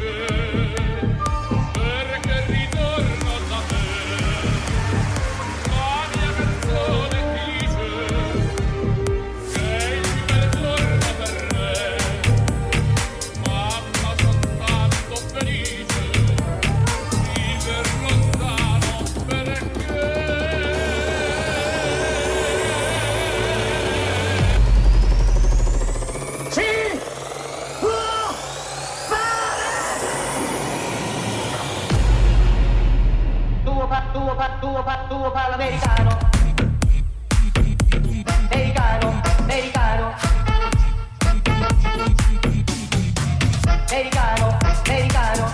tuo parla americano. Americano, americano. Americano, americano.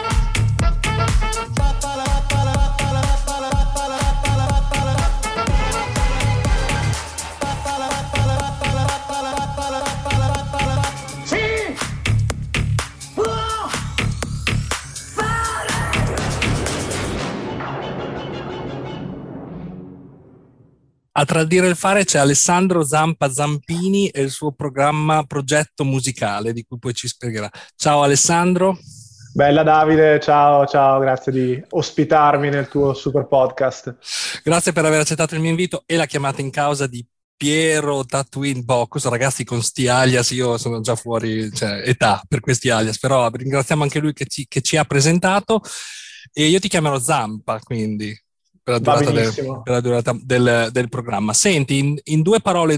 A tradire il fare c'è Alessandro Zampa Zampini e il suo programma Progetto Musicale, di cui poi ci spiegherà. Ciao Alessandro. Bella Davide, ciao, grazie di ospitarmi nel tuo super podcast. Grazie per aver accettato il mio invito e la chiamata in causa di Piero Tatooine Bocus. Ragazzi, con sti alias io sono già fuori età per questi alias, però ringraziamo anche lui che ci ha presentato, e io ti chiamerò Zampa, quindi per la durata del programma. Senti, in due parole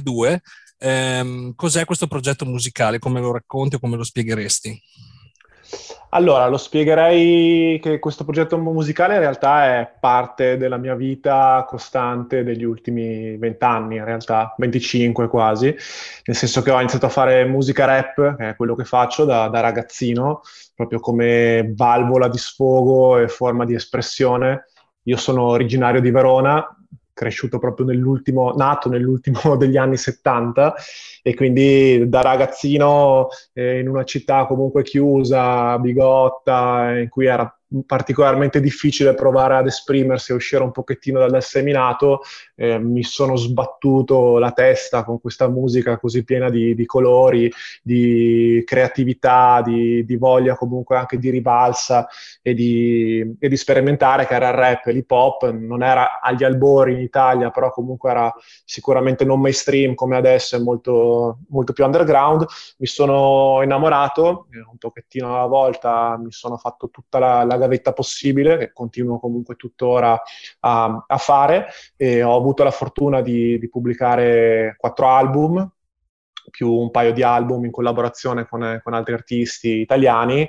cos'è questo progetto musicale? Come lo racconti o come lo spiegheresti? Allora, lo spiegherei che questo progetto musicale in realtà è parte della mia vita costante degli ultimi 20 anni, in realtà 25 quasi, nel senso che ho iniziato a fare musica rap, che è quello che faccio da ragazzino, proprio come valvola di sfogo e forma di espressione. Io sono originario di Verona, cresciuto proprio nato nell'ultimo degli anni 70, e quindi da ragazzino in una città comunque chiusa, bigotta, in cui era particolarmente difficile provare ad esprimersi e uscire un pochettino dal seminato, mi sono sbattuto la testa con questa musica così piena di colori, di creatività, di voglia comunque anche di rivalsa e di sperimentare, che era il rap e l'hip hop. Non era agli albori in Italia, però comunque era sicuramente non mainstream come adesso, è molto, molto più underground. Mi sono innamorato, un pochettino alla volta mi sono fatto tutta la gavetta possibile, che continuo comunque tuttora a fare, e ho avuto la fortuna di pubblicare 4 album, più un paio di album in collaborazione con altri artisti italiani,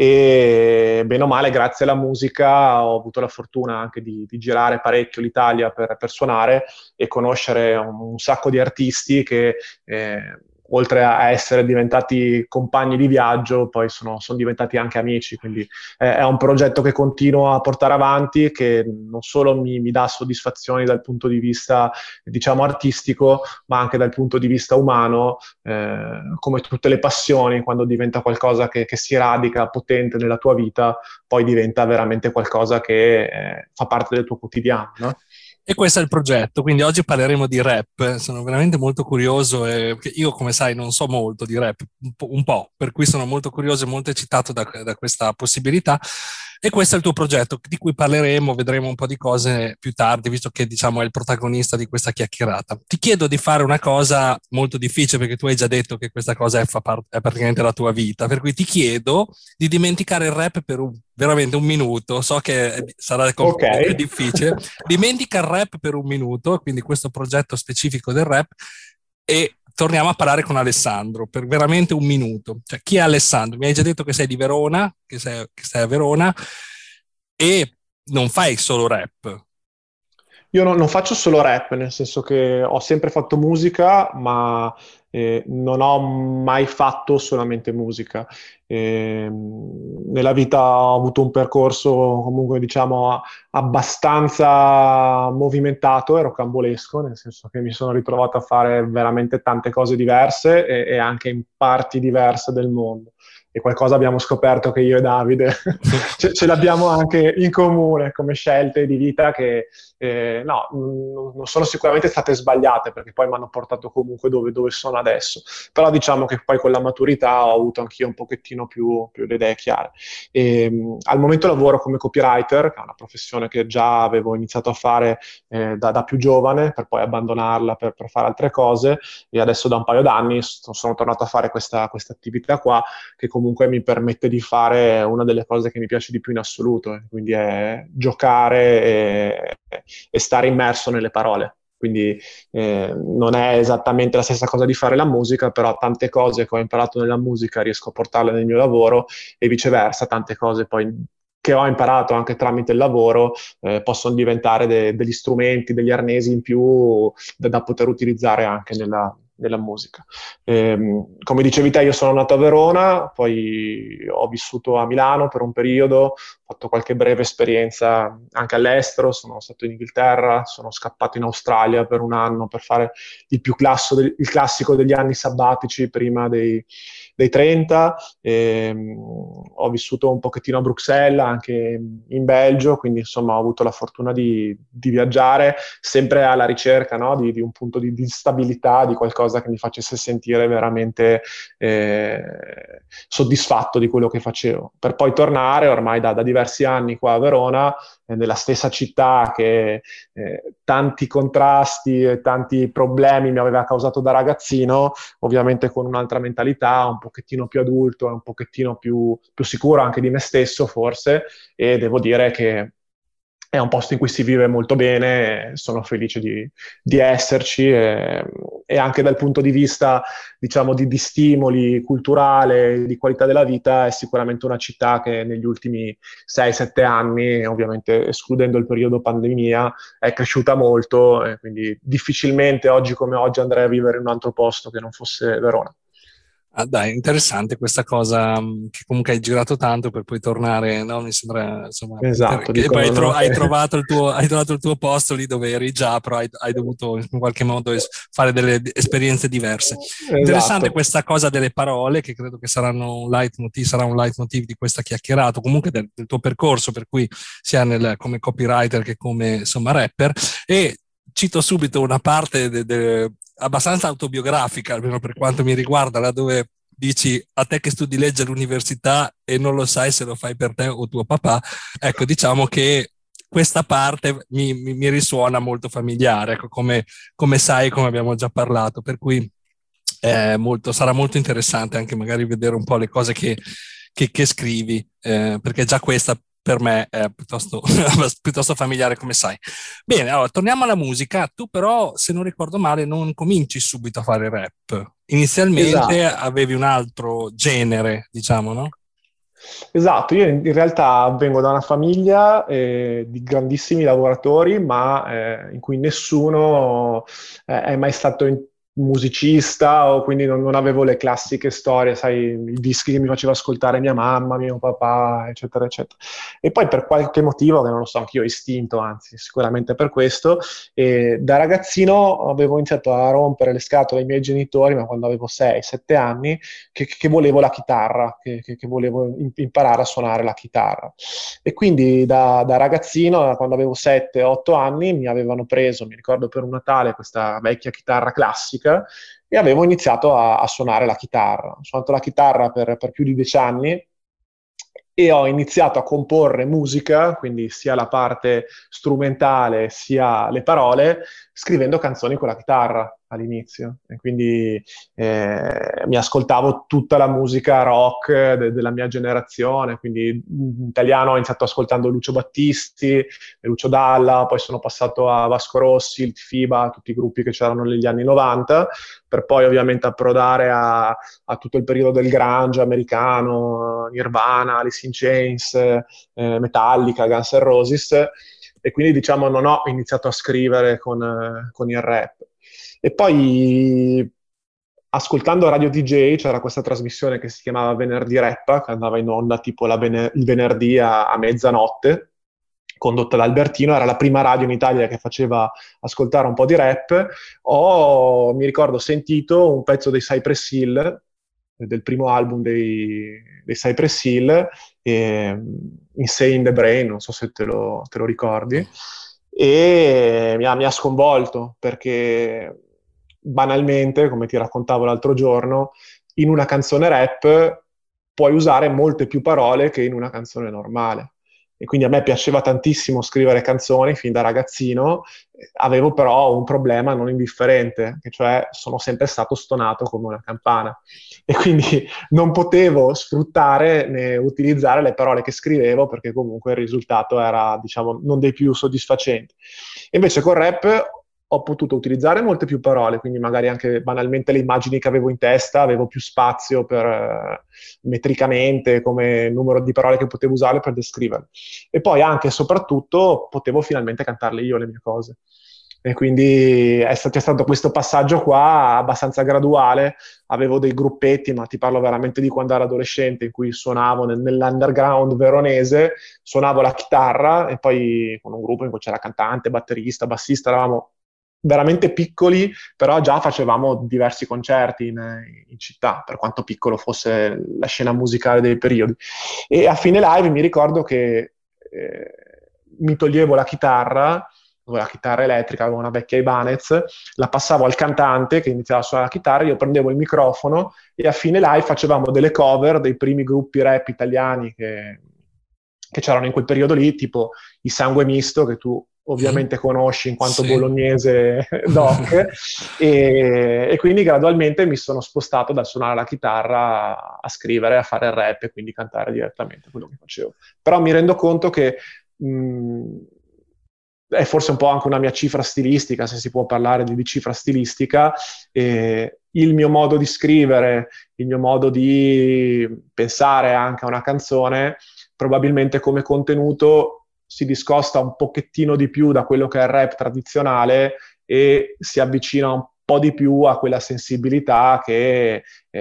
e bene o male grazie alla musica ho avuto la fortuna anche di girare parecchio l'Italia per suonare e conoscere un sacco di artisti che oltre a essere diventati compagni di viaggio, poi sono diventati anche amici, quindi è un progetto che continuo a portare avanti, che non solo mi dà soddisfazioni dal punto di vista, diciamo, artistico, ma anche dal punto di vista umano, come tutte le passioni, quando diventa qualcosa che si radica potente nella tua vita, poi diventa veramente qualcosa che fa parte del tuo quotidiano, no? E questo è il progetto, quindi oggi parleremo di rap. Sono veramente molto curioso, perché io, come sai, non so molto di rap, un po', per cui sono molto curioso e molto eccitato da questa possibilità. E questo è il tuo progetto, di cui parleremo, vedremo un po' di cose più tardi, visto che, diciamo, è il protagonista di questa chiacchierata. Ti chiedo di fare una cosa molto difficile, perché tu hai già detto che questa cosa è praticamente la tua vita, per cui ti chiedo di dimenticare il rap per veramente un minuto. So che sarà Okay. difficile. Dimentica il rap per un minuto, quindi questo progetto specifico del rap, e torniamo a parlare con Alessandro per veramente un minuto. Cioè, chi è Alessandro? Mi hai già detto che sei di Verona, che sei a Verona, e non fai solo rap. Io non faccio solo rap, nel senso che ho sempre fatto musica, ma non ho mai fatto solamente musica. Nella vita ho avuto un percorso comunque, diciamo, abbastanza movimentato e rocambolesco, nel senso che mi sono ritrovato a fare veramente tante cose diverse e anche in parti diverse del mondo. E qualcosa abbiamo scoperto che io e Davide ce l'abbiamo anche in comune come scelte di vita che no, non sono sicuramente state sbagliate, perché poi mi hanno portato comunque dove sono adesso. Però diciamo che poi con la maturità ho avuto anch'io un pochettino più le idee chiare. Al momento lavoro come copywriter, che è una professione che già avevo iniziato a fare da più giovane, per poi abbandonarla per fare altre cose, e adesso da un paio d'anni sono tornato a fare questa attività qua, che comunque mi permette di fare una delle cose che mi piace di più in assoluto, quindi è giocare e stare immerso nelle parole. Quindi non è esattamente la stessa cosa di fare la musica, però tante cose che ho imparato nella musica riesco a portarle nel mio lavoro, e viceversa, tante cose poi che ho imparato anche tramite il lavoro possono diventare degli strumenti, degli arnesi in più da poter utilizzare anche nella musica. Come dicevi te, io sono nato a Verona, poi ho vissuto a Milano per un periodo, ho fatto qualche breve esperienza anche all'estero, sono stato in Inghilterra, sono scappato in Australia per un anno per fare il classico degli anni sabbatici prima dei 30. Ho vissuto un pochettino a Bruxelles, anche in Belgio, quindi insomma ho avuto la fortuna di viaggiare, sempre alla ricerca, no, di un punto di stabilità, di qualcosa che mi facesse sentire veramente soddisfatto di quello che facevo, per poi tornare ormai da diversi anni qua a Verona, nella stessa città che tanti contrasti e tanti problemi mi aveva causato da ragazzino, ovviamente con un'altra mentalità, un pochettino più adulto, un pochettino più sicuro anche di me stesso forse, e devo dire che è un posto in cui si vive molto bene, sono felice di esserci, e anche dal punto di vista, diciamo, di stimoli culturale, di qualità della vita, è sicuramente una città che negli ultimi 6-7 anni, ovviamente escludendo il periodo pandemia, è cresciuta molto, e quindi difficilmente oggi come oggi andrei a vivere in un altro posto che non fosse Verona. Ah, dai, interessante questa cosa, che comunque hai girato tanto per poi tornare, no? Mi sembra, insomma, Esatto, e poi dicono no, hai trovato hai trovato il tuo posto lì dove eri già, però hai dovuto in qualche modo fare delle esperienze diverse. Interessante esatto. questa cosa delle parole, che credo che saranno sarà un leitmotiv di questa chiacchierata, comunque del tuo percorso, per cui sia come copywriter che come, insomma, rapper. E cito subito una parte abbastanza autobiografica, almeno per quanto mi riguarda, laddove dici: a te che studi legge all'università e non lo sai se lo fai per te o tuo papà. Ecco, diciamo che questa parte mi risuona molto familiare, ecco, come sai, come abbiamo già parlato, per cui sarà molto interessante anche magari vedere un po' le cose che scrivi, perché già questa per me è piuttosto familiare, come sai. Bene, allora torniamo alla musica. Tu però, se non ricordo male, non cominci subito a fare rap. Inizialmente Esatto. avevi un altro genere, diciamo, no? Esatto, io in realtà vengo da una famiglia di grandissimi lavoratori, ma in cui nessuno è mai stato musicista, o quindi non avevo le classiche storie, sai, i dischi che mi faceva ascoltare mia mamma, mio papà, eccetera, eccetera. E poi per qualche motivo, che non lo so, anch'io ho istinto, anzi, sicuramente per questo, da ragazzino avevo iniziato a rompere le scatole ai miei genitori, ma quando avevo 6-7 anni, che volevo la chitarra, che volevo imparare a suonare la chitarra. E quindi da ragazzino, quando avevo 7-8 anni, mi avevano preso, mi ricordo per un Natale, questa vecchia chitarra classica, e avevo iniziato a suonare la chitarra. Ho suonato la chitarra per più di 10 anni, e ho iniziato a comporre musica, quindi sia la parte strumentale sia le parole, scrivendo canzoni con la chitarra all'inizio. E quindi mi ascoltavo tutta la musica rock della mia generazione, quindi in italiano ho iniziato ascoltando Lucio Battisti, Lucio Dalla, poi sono passato a Vasco Rossi, il FIBA, tutti i gruppi che c'erano negli anni 90, per poi ovviamente approdare a tutto il periodo del grunge americano, Nirvana, Alice in Chains, Metallica, Guns N' Roses, e quindi diciamo non ho iniziato a scrivere con il rap. E poi ascoltando Radio DJ c'era questa trasmissione che si chiamava Venerdì Rap, che andava in onda tipo il venerdì a mezzanotte, condotta da Albertino, era la prima radio in Italia che faceva ascoltare un po' di rap. Mi ricordo, sentito un pezzo dei Cypress Hill, del primo album dei Cypress Hill, Insane in the Brain, non so se te lo ricordi. e mi ha sconvolto, perché banalmente, come ti raccontavo l'altro giorno, in una canzone rap puoi usare molte più parole che in una canzone normale. E quindi a me piaceva tantissimo scrivere canzoni fin da ragazzino, avevo però un problema non indifferente, che cioè sono sempre stato stonato come una campana. E quindi non potevo sfruttare né utilizzare le parole che scrivevo, perché comunque il risultato era, diciamo, non dei più soddisfacenti. E invece col rap ho potuto utilizzare molte più parole, quindi magari anche banalmente le immagini che avevo in testa, avevo più spazio per metricamente come numero di parole che potevo usare per descriverle. E poi anche e soprattutto potevo finalmente cantarle io le mie cose. E quindi c'è stato questo passaggio qua abbastanza graduale. Avevo dei gruppetti, ma ti parlo veramente di quando ero adolescente, in cui suonavo nell'underground veronese, suonavo la chitarra, e poi con un gruppo in cui c'era cantante, batterista, bassista, eravamo veramente piccoli, però già facevamo diversi concerti in città, per quanto piccolo fosse la scena musicale dei periodi. E a fine live mi ricordo che mi toglievo la chitarra elettrica, avevo una vecchia Ibanez, la passavo al cantante che iniziava a suonare la chitarra, io prendevo il microfono e a fine live facevamo delle cover dei primi gruppi rap italiani che c'erano in quel periodo lì, tipo i Sangue Misto, che tu ovviamente conosci in quanto Sì. bolognese doc, e quindi gradualmente mi sono spostato dal suonare la chitarra a scrivere, a fare il rap e quindi cantare direttamente quello che facevo. Però mi rendo conto che è forse un po' anche una mia cifra stilistica, se si può parlare di cifra stilistica, il mio modo di scrivere, il mio modo di pensare anche a una canzone, probabilmente come contenuto si discosta un pochettino di più da quello che è il rap tradizionale e si avvicina un po' di più a quella sensibilità che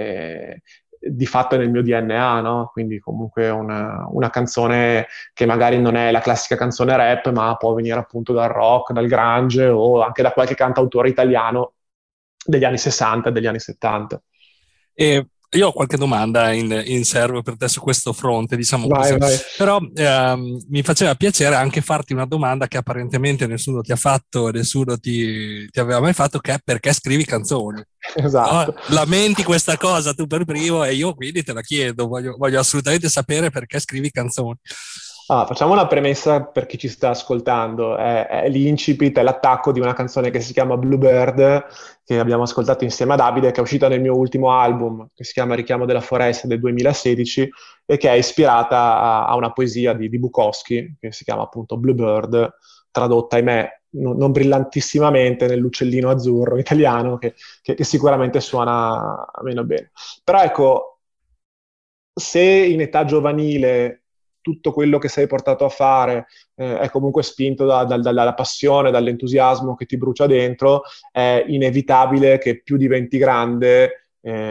di fatto è nel mio DNA, no? Quindi comunque una canzone che magari non è la classica canzone rap, ma può venire appunto dal rock, dal grunge o anche da qualche cantautore italiano degli anni 60 e degli anni 70. E io ho qualche domanda in serbo per te su questo fronte, diciamo Vai, così. vai. Però mi faceva piacere anche farti una domanda che apparentemente nessuno ti ha fatto, nessuno ti aveva mai fatto, che è: perché scrivi canzoni? Esatto. No? Lamenti questa cosa tu per primo e io quindi te la chiedo, voglio assolutamente sapere perché scrivi canzoni. Facciamo una premessa per chi ci sta ascoltando. È l'incipit, è l'attacco di una canzone che si chiama Bluebird, che abbiamo ascoltato insieme a Davide, che è uscita nel mio ultimo album, che si chiama Richiamo della foresta del 2016, e che è ispirata a una poesia di Bukowski, che si chiama appunto Bluebird, tradotta, ahimè, non brillantissimamente nell'uccellino azzurro italiano, che sicuramente suona meno bene. Però ecco, se in età giovanile tutto quello che sei portato a fare è comunque spinto dalla passione, dall'entusiasmo che ti brucia dentro, è inevitabile che più diventi grande,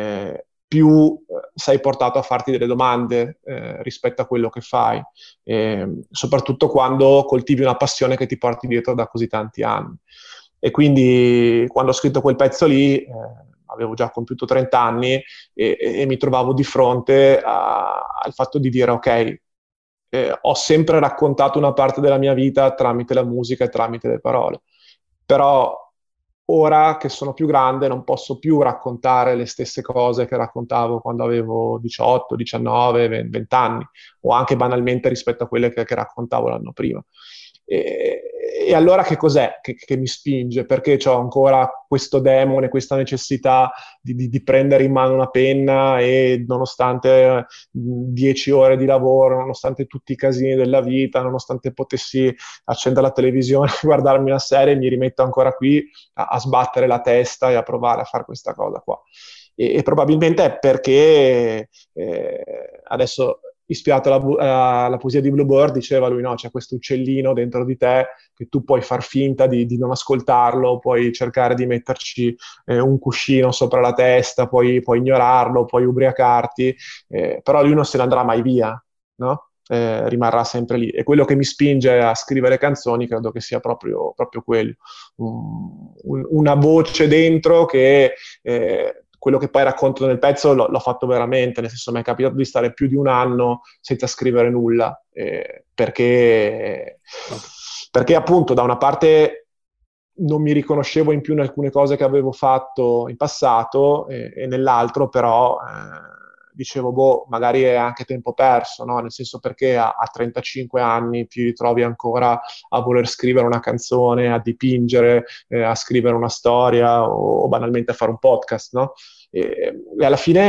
più sei portato a farti delle domande rispetto a quello che fai, soprattutto quando coltivi una passione che ti porti dietro da così tanti anni. E quindi quando ho scritto quel pezzo lì, avevo già compiuto 30 anni e mi trovavo di fronte al fatto di dire: ok, ho sempre raccontato una parte della mia vita tramite la musica e tramite le parole, però ora che sono più grande non posso più raccontare le stesse cose che raccontavo quando avevo 18, 19, 20 anni, o anche banalmente rispetto a quelle che raccontavo l'anno prima. E allora che cos'è che mi spinge? Perché ho ancora questo demone, questa necessità di prendere in mano una penna e nonostante 10 ore di lavoro, nonostante tutti i casini della vita, nonostante potessi accendere la televisione, guardarmi una serie, mi rimetto ancora qui a sbattere la testa e a provare a fare questa cosa qua. E probabilmente è perché adesso, ispirato alla poesia di Bluebird, diceva lui, no, c'è questo uccellino dentro di te che tu puoi far finta di non ascoltarlo, puoi cercare di metterci un cuscino sopra la testa, puoi ignorarlo, puoi ubriacarti, però lui non se ne andrà mai via, no? Rimarrà sempre lì. E quello che mi spinge a scrivere canzoni credo che sia proprio quello, una voce dentro che quello che poi racconto nel pezzo l'ho fatto veramente, nel senso mi è capitato di stare più di un anno senza scrivere nulla, perché perché appunto da una parte non mi riconoscevo in più in alcune cose che avevo fatto in passato e nell'altro però dicevo, boh, magari è anche tempo perso, no? Nel senso, perché a 35 anni ti ritrovi ancora a voler scrivere una canzone, a dipingere, a scrivere una storia o banalmente a fare un podcast, no? E alla fine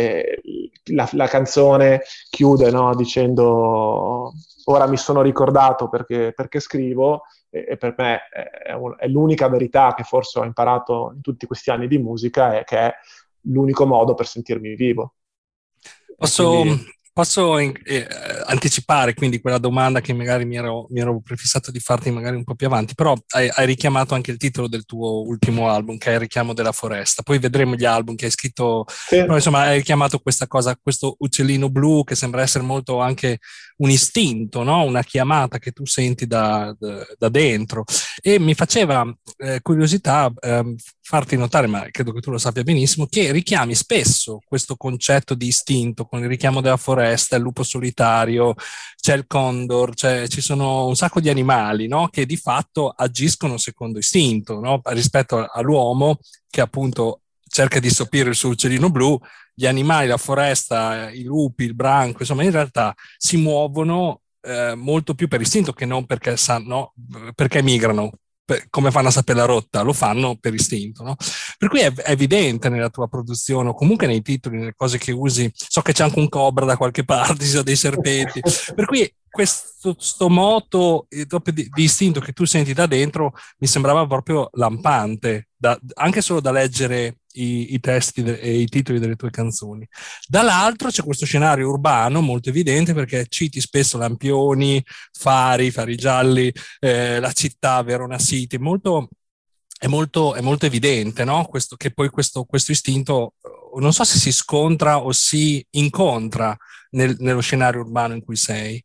la canzone chiude, no? Dicendo ora mi sono ricordato perché scrivo, e per me è l'unica verità che forse ho imparato in tutti questi anni di musica, è che è l'unico modo per sentirmi vivo. E Posso, quindi posso anticipare quindi quella domanda che magari mi ero prefissato di farti magari un po' più avanti, però hai richiamato anche il titolo del tuo ultimo album, che è Il richiamo della foresta. Poi vedremo gli album che hai scritto, sì. però insomma hai richiamato questa cosa, questo uccellino blu che sembra essere molto anche un istinto, no? Una chiamata che tu senti da dentro. E mi faceva curiosità farti notare, ma credo che tu lo sappia benissimo, che richiami spesso questo concetto di istinto con il richiamo della foresta, il lupo solitario, c'è il condor, ci sono un sacco di animali, no? Che di fatto agiscono secondo istinto, no? Rispetto all'uomo che appunto cerca di sopire il suo uccellino blu. Gli animali, la foresta, i lupi, il branco, insomma in realtà si muovono molto più per istinto che non perché sanno, perché migrano. Come fanno a sapere la rotta? Lo fanno per istinto, no? Per cui è evidente nella tua produzione o comunque nei titoli, nelle cose che usi. So che c'è anche un cobra da qualche parte, ci sono dei serpenti. Per cui questo moto proprio di istinto che tu senti da dentro mi sembrava proprio lampante, anche solo da leggere i testi e i titoli delle tue canzoni. Dall'altro c'è questo scenario urbano molto evidente, perché citi spesso lampioni, fari gialli, la città, Verona City, è molto evidente, no? Che poi questo istinto non so se si scontra o si incontra nello scenario urbano in cui sei.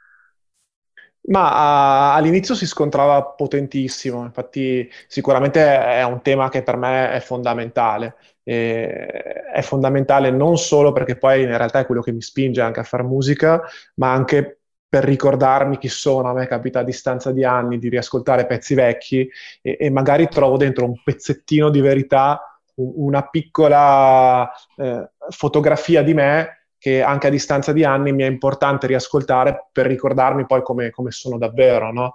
Ma all'inizio si scontrava potentissimo, infatti sicuramente è un tema che per me è fondamentale. È fondamentale non solo perché poi in realtà è quello che mi spinge anche a fare musica, ma anche per ricordarmi chi sono. A me capita a distanza di anni di riascoltare pezzi vecchi e magari trovo dentro un pezzettino di verità, una piccola fotografia di me che anche a distanza di anni mi è importante riascoltare per ricordarmi poi come sono davvero, no?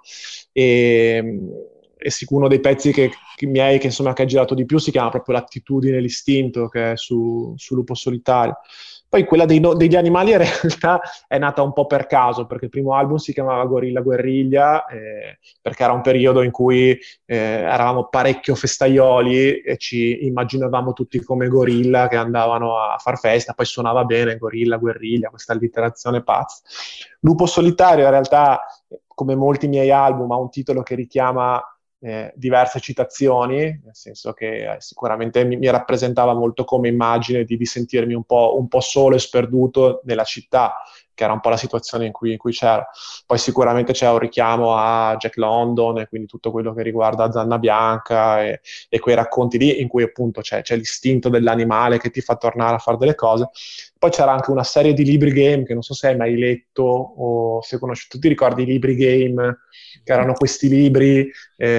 E, e uno dei pezzi miei che insomma che ha girato di più si chiama proprio L'attitudine e l'istinto, che è su Lupo Solitario. Poi quella degli animali in realtà è nata un po' per caso, perché il primo album si chiamava Gorilla Guerriglia, perché era un periodo in cui eravamo parecchio festaioli e ci immaginavamo tutti come gorilla che andavano a far festa, poi suonava bene Gorilla Guerriglia, questa allitterazione pazza. Lupo Solitario in realtà, come molti miei album, ha un titolo che richiama diverse citazioni, nel senso che sicuramente mi rappresentava molto come immagine di sentirmi un po' solo e sperduto nella città, che era un po' la situazione in cui c'era. Poi sicuramente c'è un richiamo a Jack London e quindi tutto quello che riguarda Zanna Bianca e quei racconti lì in cui appunto c'è l'istinto dell'animale che ti fa tornare a fare delle cose. Poi c'era anche una serie di libri game che non so se hai mai letto o se conosci. Tu ti ricordi i libri game, che erano questi libri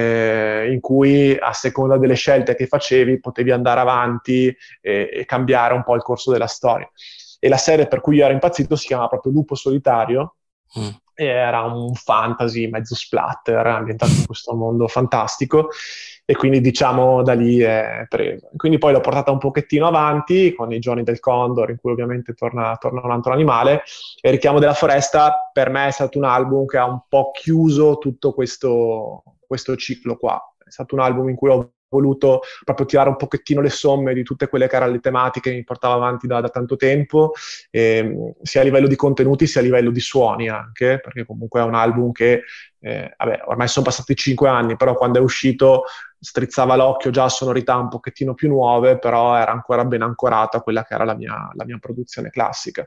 in cui a seconda delle scelte che facevi potevi andare avanti e cambiare un po' il corso della storia. E la serie per cui io ero impazzito si chiama proprio Lupo Solitario, e era un fantasy mezzo splatter ambientato in questo mondo fantastico, e quindi diciamo da lì è preso. Quindi poi l'ho portata un pochettino avanti con I giorni del Condor, in cui ovviamente torna un altro animale, e Il richiamo della foresta per me è stato un album che ha un po' chiuso tutto questo ciclo qua. È stato un album in cui ho voluto proprio tirare un pochettino le somme di tutte quelle che erano le tematiche che mi portavo avanti da tanto tempo, sia a livello di contenuti sia a livello di suoni anche, perché comunque è un album che, vabbè, ormai sono passati 5 anni, però quando è uscito strizzava l'occhio già a sonorità un pochettino più nuove, però era ancora ben ancorata a quella che era la mia produzione classica.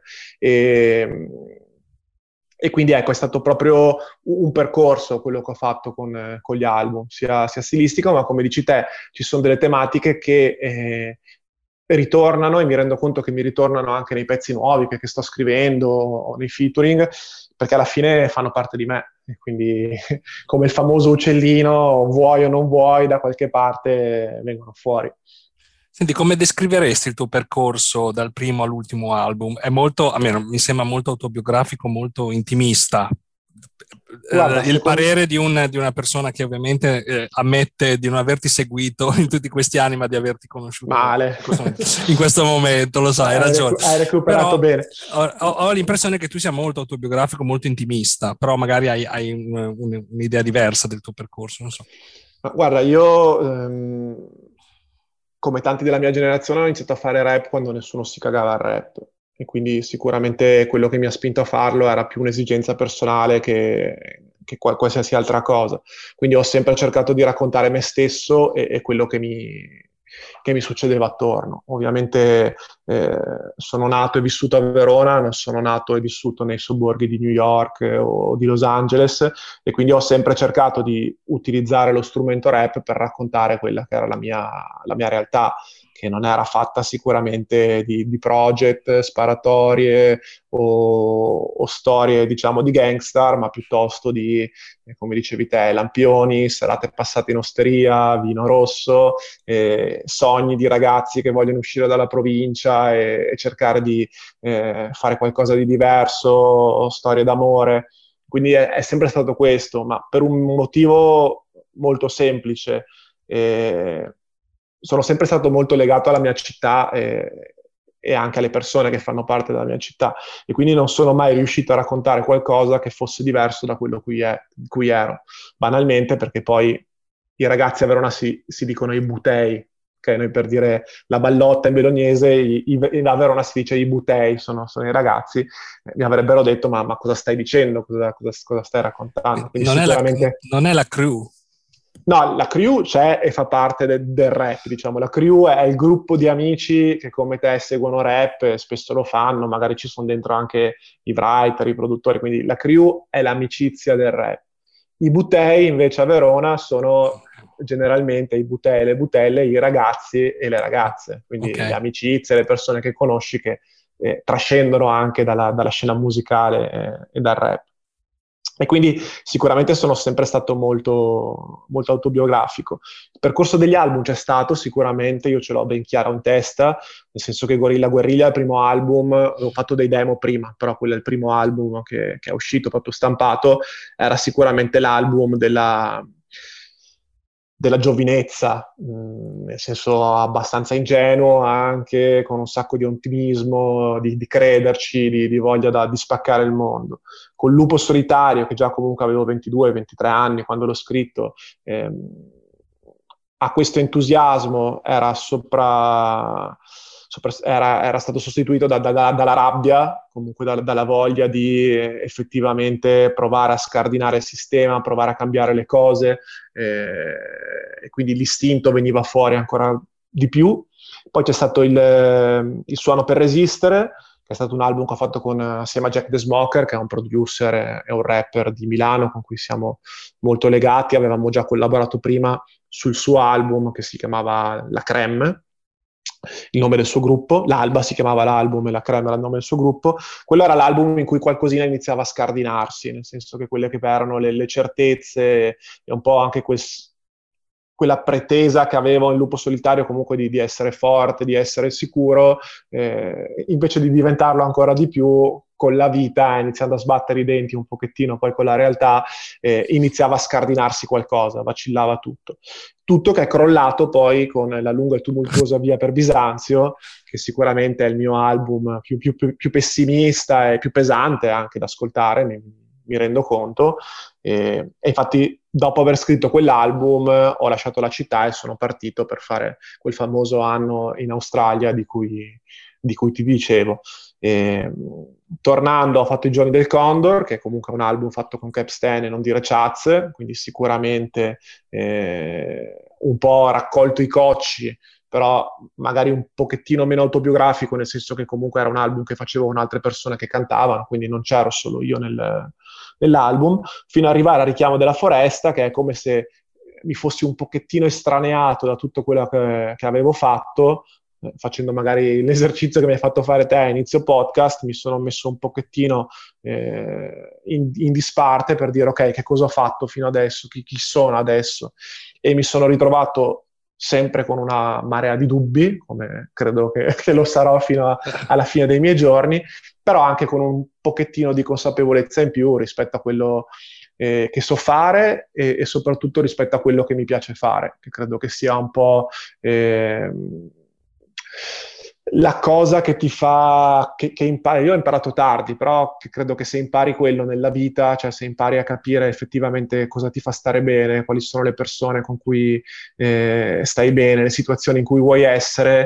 E quindi ecco, è stato proprio un percorso quello che ho fatto con gli album, sia stilistico, ma come dici te, ci sono delle tematiche che ritornano, e mi rendo conto che mi ritornano anche nei pezzi nuovi che sto scrivendo o nei featuring, perché alla fine fanno parte di me, e quindi come il famoso uccellino, vuoi o non vuoi, da qualche parte vengono fuori. Senti, come descriveresti il tuo percorso dal primo all'ultimo album? È molto, a me mi sembra molto autobiografico, molto intimista. Guarda, Il parere di una persona che ovviamente ammette di non averti seguito in tutti questi anni, ma di averti conosciuto male. in questo momento, lo so, hai ragione. Hai recuperato Però bene. ho l'impressione che tu sia molto autobiografico, molto intimista, però magari hai un'idea diversa del tuo percorso, non so. Ma guarda, io come tanti della mia generazione ho iniziato a fare rap quando nessuno si cagava al rap, e quindi sicuramente quello che mi ha spinto a farlo era più un'esigenza personale che qualsiasi altra cosa. Quindi ho sempre cercato di raccontare me stesso e quello che mi succedeva attorno. Ovviamente sono nato e vissuto a Verona, non sono nato e vissuto nei sobborghi di New York o di Los Angeles, e quindi ho sempre cercato di utilizzare lo strumento rap per raccontare quella che era la mia realtà, che non era fatta sicuramente di project, sparatorie o storie, diciamo, di gangstar, ma piuttosto di, come dicevi te, lampioni, serate passate in osteria, vino rosso, sogni di ragazzi che vogliono uscire dalla provincia e cercare di fare qualcosa di diverso, storie d'amore. Quindi è sempre stato questo, ma per un motivo molto semplice. Sono sempre stato molto legato alla mia città e anche alle persone che fanno parte della mia città, e quindi non sono mai riuscito a raccontare qualcosa che fosse diverso da quello cui ero, banalmente perché poi i ragazzi a Verona si dicono i butei, okay? Noi per dire la ballotta in bolognese, a Verona si dice i butei, sono i ragazzi, mi avrebbero detto ma cosa stai dicendo, cosa stai raccontando? Quindi non è la crew. No, la crew c'è e fa parte del rap, diciamo. La crew è il gruppo di amici che come te seguono rap, spesso lo fanno, magari ci sono dentro anche i writer, i produttori, quindi la crew è l'amicizia del rap. I butei invece a Verona sono generalmente i butei e le butelle, i ragazzi e le ragazze, quindi le amicizie, le persone che conosci che trascendono anche dalla scena musicale e dal rap. E quindi sicuramente sono sempre stato molto, molto autobiografico. Il percorso degli album c'è stato sicuramente, io ce l'ho ben chiaro in testa, nel senso che Gorilla Guerriglia, il primo album, ho fatto dei demo prima, però quello è il primo album che è uscito, proprio stampato, era sicuramente l'album della giovinezza, nel senso abbastanza ingenuo, anche con un sacco di ottimismo, di crederci, di voglia di spaccare il mondo. Con Lupo Solitario, che già comunque avevo 22-23 anni quando l'ho scritto, a questo entusiasmo era stato sostituito dalla rabbia, comunque dalla voglia di effettivamente provare a scardinare il sistema, provare a cambiare le cose, e quindi l'istinto veniva fuori ancora di più. Poi c'è stato il Suono per resistere, che è stato un album che ho fatto assieme a Jack the Smoker, che è un producer e un rapper di Milano con cui siamo molto legati. Avevamo già collaborato prima sul suo album che si chiamava La Crème, il nome del suo gruppo. L'Alba si chiamava l'album e La Crème era il nome del suo gruppo. Quello era l'album in cui qualcosina iniziava a scardinarsi, nel senso che quelle che erano le certezze e un po' anche quella pretesa che avevo in Lupo Solitario comunque di essere forte, di essere sicuro, invece di diventarlo ancora di più con la vita, iniziando a sbattere i denti un pochettino, poi con la realtà iniziava a scardinarsi qualcosa, vacillava tutto. Tutto che è crollato poi con La lunga e tumultuosa via per Bisanzio, che sicuramente è il mio album più pessimista e più pesante anche da ascoltare, mi rendo conto, e infatti dopo aver scritto quell'album ho lasciato la città e sono partito per fare quel famoso anno in Australia di cui ti dicevo. Tornando ho fatto I giorni del Condor, che è comunque un album fatto con Capstan e non dire Chaz, quindi sicuramente un po' ho raccolto i cocci, però magari un pochettino meno autobiografico, nel senso che comunque era un album che facevo con altre persone che cantavano, quindi non c'ero solo io nell'album, fino ad arrivare a Richiamo della foresta, che è come se mi fossi un pochettino estraneato da tutto quello che avevo fatto, facendo magari l'esercizio che mi hai fatto fare te a inizio podcast, mi sono messo un pochettino in disparte per dire ok, che cosa ho fatto fino adesso, chi sono adesso, e mi sono ritrovato sempre con una marea di dubbi, come credo che lo sarò fino alla fine dei miei giorni, però anche con un pochettino di consapevolezza in più rispetto a quello che so fare e soprattutto rispetto a quello che mi piace fare, che credo che sia un po' la cosa che ti fa, che impari. Io ho imparato tardi, però credo che se impari quello nella vita, cioè se impari a capire effettivamente cosa ti fa stare bene, quali sono le persone con cui stai bene, le situazioni in cui vuoi essere,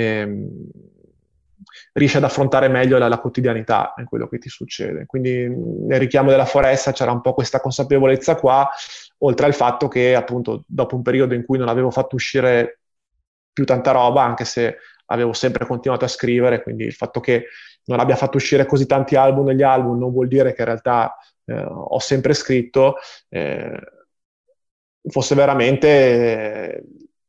riesci ad affrontare meglio la quotidianità e quello che ti succede. Quindi nel richiamo della foresta c'era un po' questa consapevolezza qua, oltre al fatto che appunto dopo un periodo in cui non avevo fatto uscire più tanta roba, anche se avevo sempre continuato a scrivere, quindi il fatto che non abbia fatto uscire così tanti album negli album non vuol dire che in realtà ho sempre scritto, fosse veramente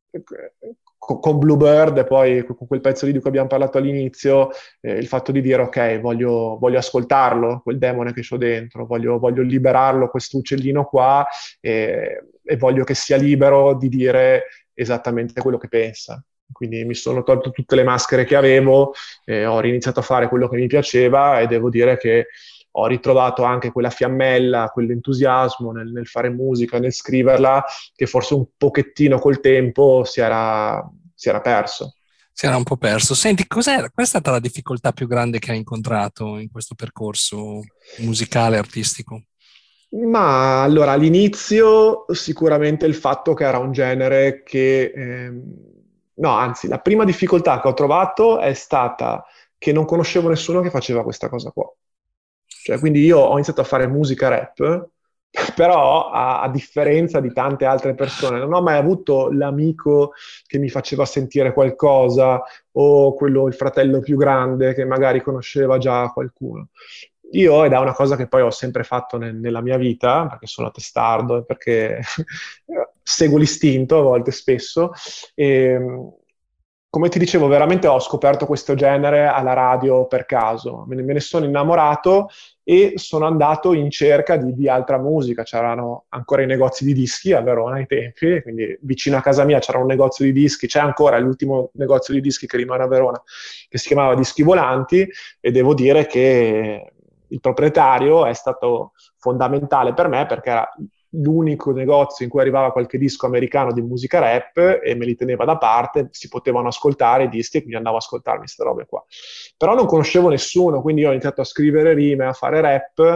con Bluebird e poi con quel pezzo lì di cui abbiamo parlato all'inizio, il fatto di dire ok, voglio ascoltarlo, quel demone che c'ho dentro, voglio liberarlo, questo uccellino qua, e voglio che sia libero di dire esattamente quello che pensa. Quindi mi sono tolto tutte le maschere che avevo, ho riniziato a fare quello che mi piaceva e devo dire che ho ritrovato anche quella fiammella, quell'entusiasmo nel fare musica, nel scriverla, che forse un pochettino col tempo si era perso. Si era un po' perso. Senti, qual è stata la difficoltà più grande che hai incontrato in questo percorso musicale, artistico? Ma allora, all'inizio sicuramente il fatto che era un genere che... no, anzi, la prima difficoltà che ho trovato è stata che non conoscevo nessuno che faceva questa cosa qua. Cioè, quindi io ho iniziato a fare musica rap, però a differenza di tante altre persone, non ho mai avuto l'amico che mi faceva sentire qualcosa o quello, il fratello più grande che magari conosceva già qualcuno. Io, ed è una cosa che poi ho sempre fatto nella mia vita, perché sono testardo e perché seguo l'istinto a volte spesso, e, come ti dicevo, veramente ho scoperto questo genere alla radio per caso, me ne sono innamorato e sono andato in cerca di altra musica. C'erano ancora i negozi di dischi a Verona ai tempi, quindi vicino a casa mia c'era un negozio di dischi, c'è ancora l'ultimo negozio di dischi che rimane a Verona, che si chiamava Dischi Volanti, e devo dire che il proprietario è stato fondamentale per me perché era l'unico negozio in cui arrivava qualche disco americano di musica rap e me li teneva da parte, si potevano ascoltare i dischi e quindi andavo a ascoltarmi queste robe qua. Però non conoscevo nessuno, quindi ho iniziato a scrivere rime, a fare rap,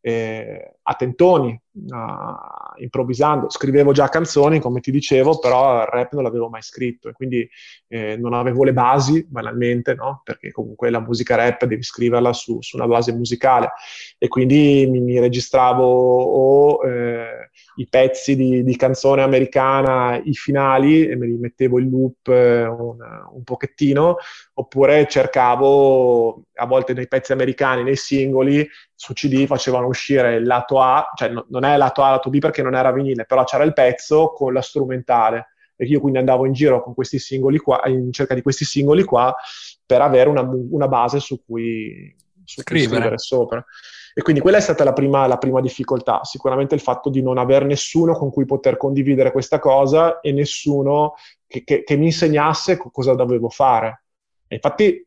a tentoni, improvvisando. Scrivevo già canzoni, come ti dicevo, però il rap non l'avevo mai scritto e quindi non avevo le basi, banalmente, no? Perché comunque la musica rap devi scriverla su una base musicale e quindi mi registravo o i pezzi di canzone americana, i finali, e me li mettevo in loop un pochettino, oppure cercavo a volte nei pezzi americani, nei singoli, su CD facevano uscire il lato A, cioè non è lato A, lato B perché non era vinile, però c'era il pezzo con la strumentale. E io quindi andavo in giro con questi singoli qua, in cerca di questi singoli qua, per avere una base su cui scrivere sopra. E quindi quella è stata la prima difficoltà, sicuramente il fatto di non avere nessuno con cui poter condividere questa cosa e nessuno che mi insegnasse cosa dovevo fare. E infatti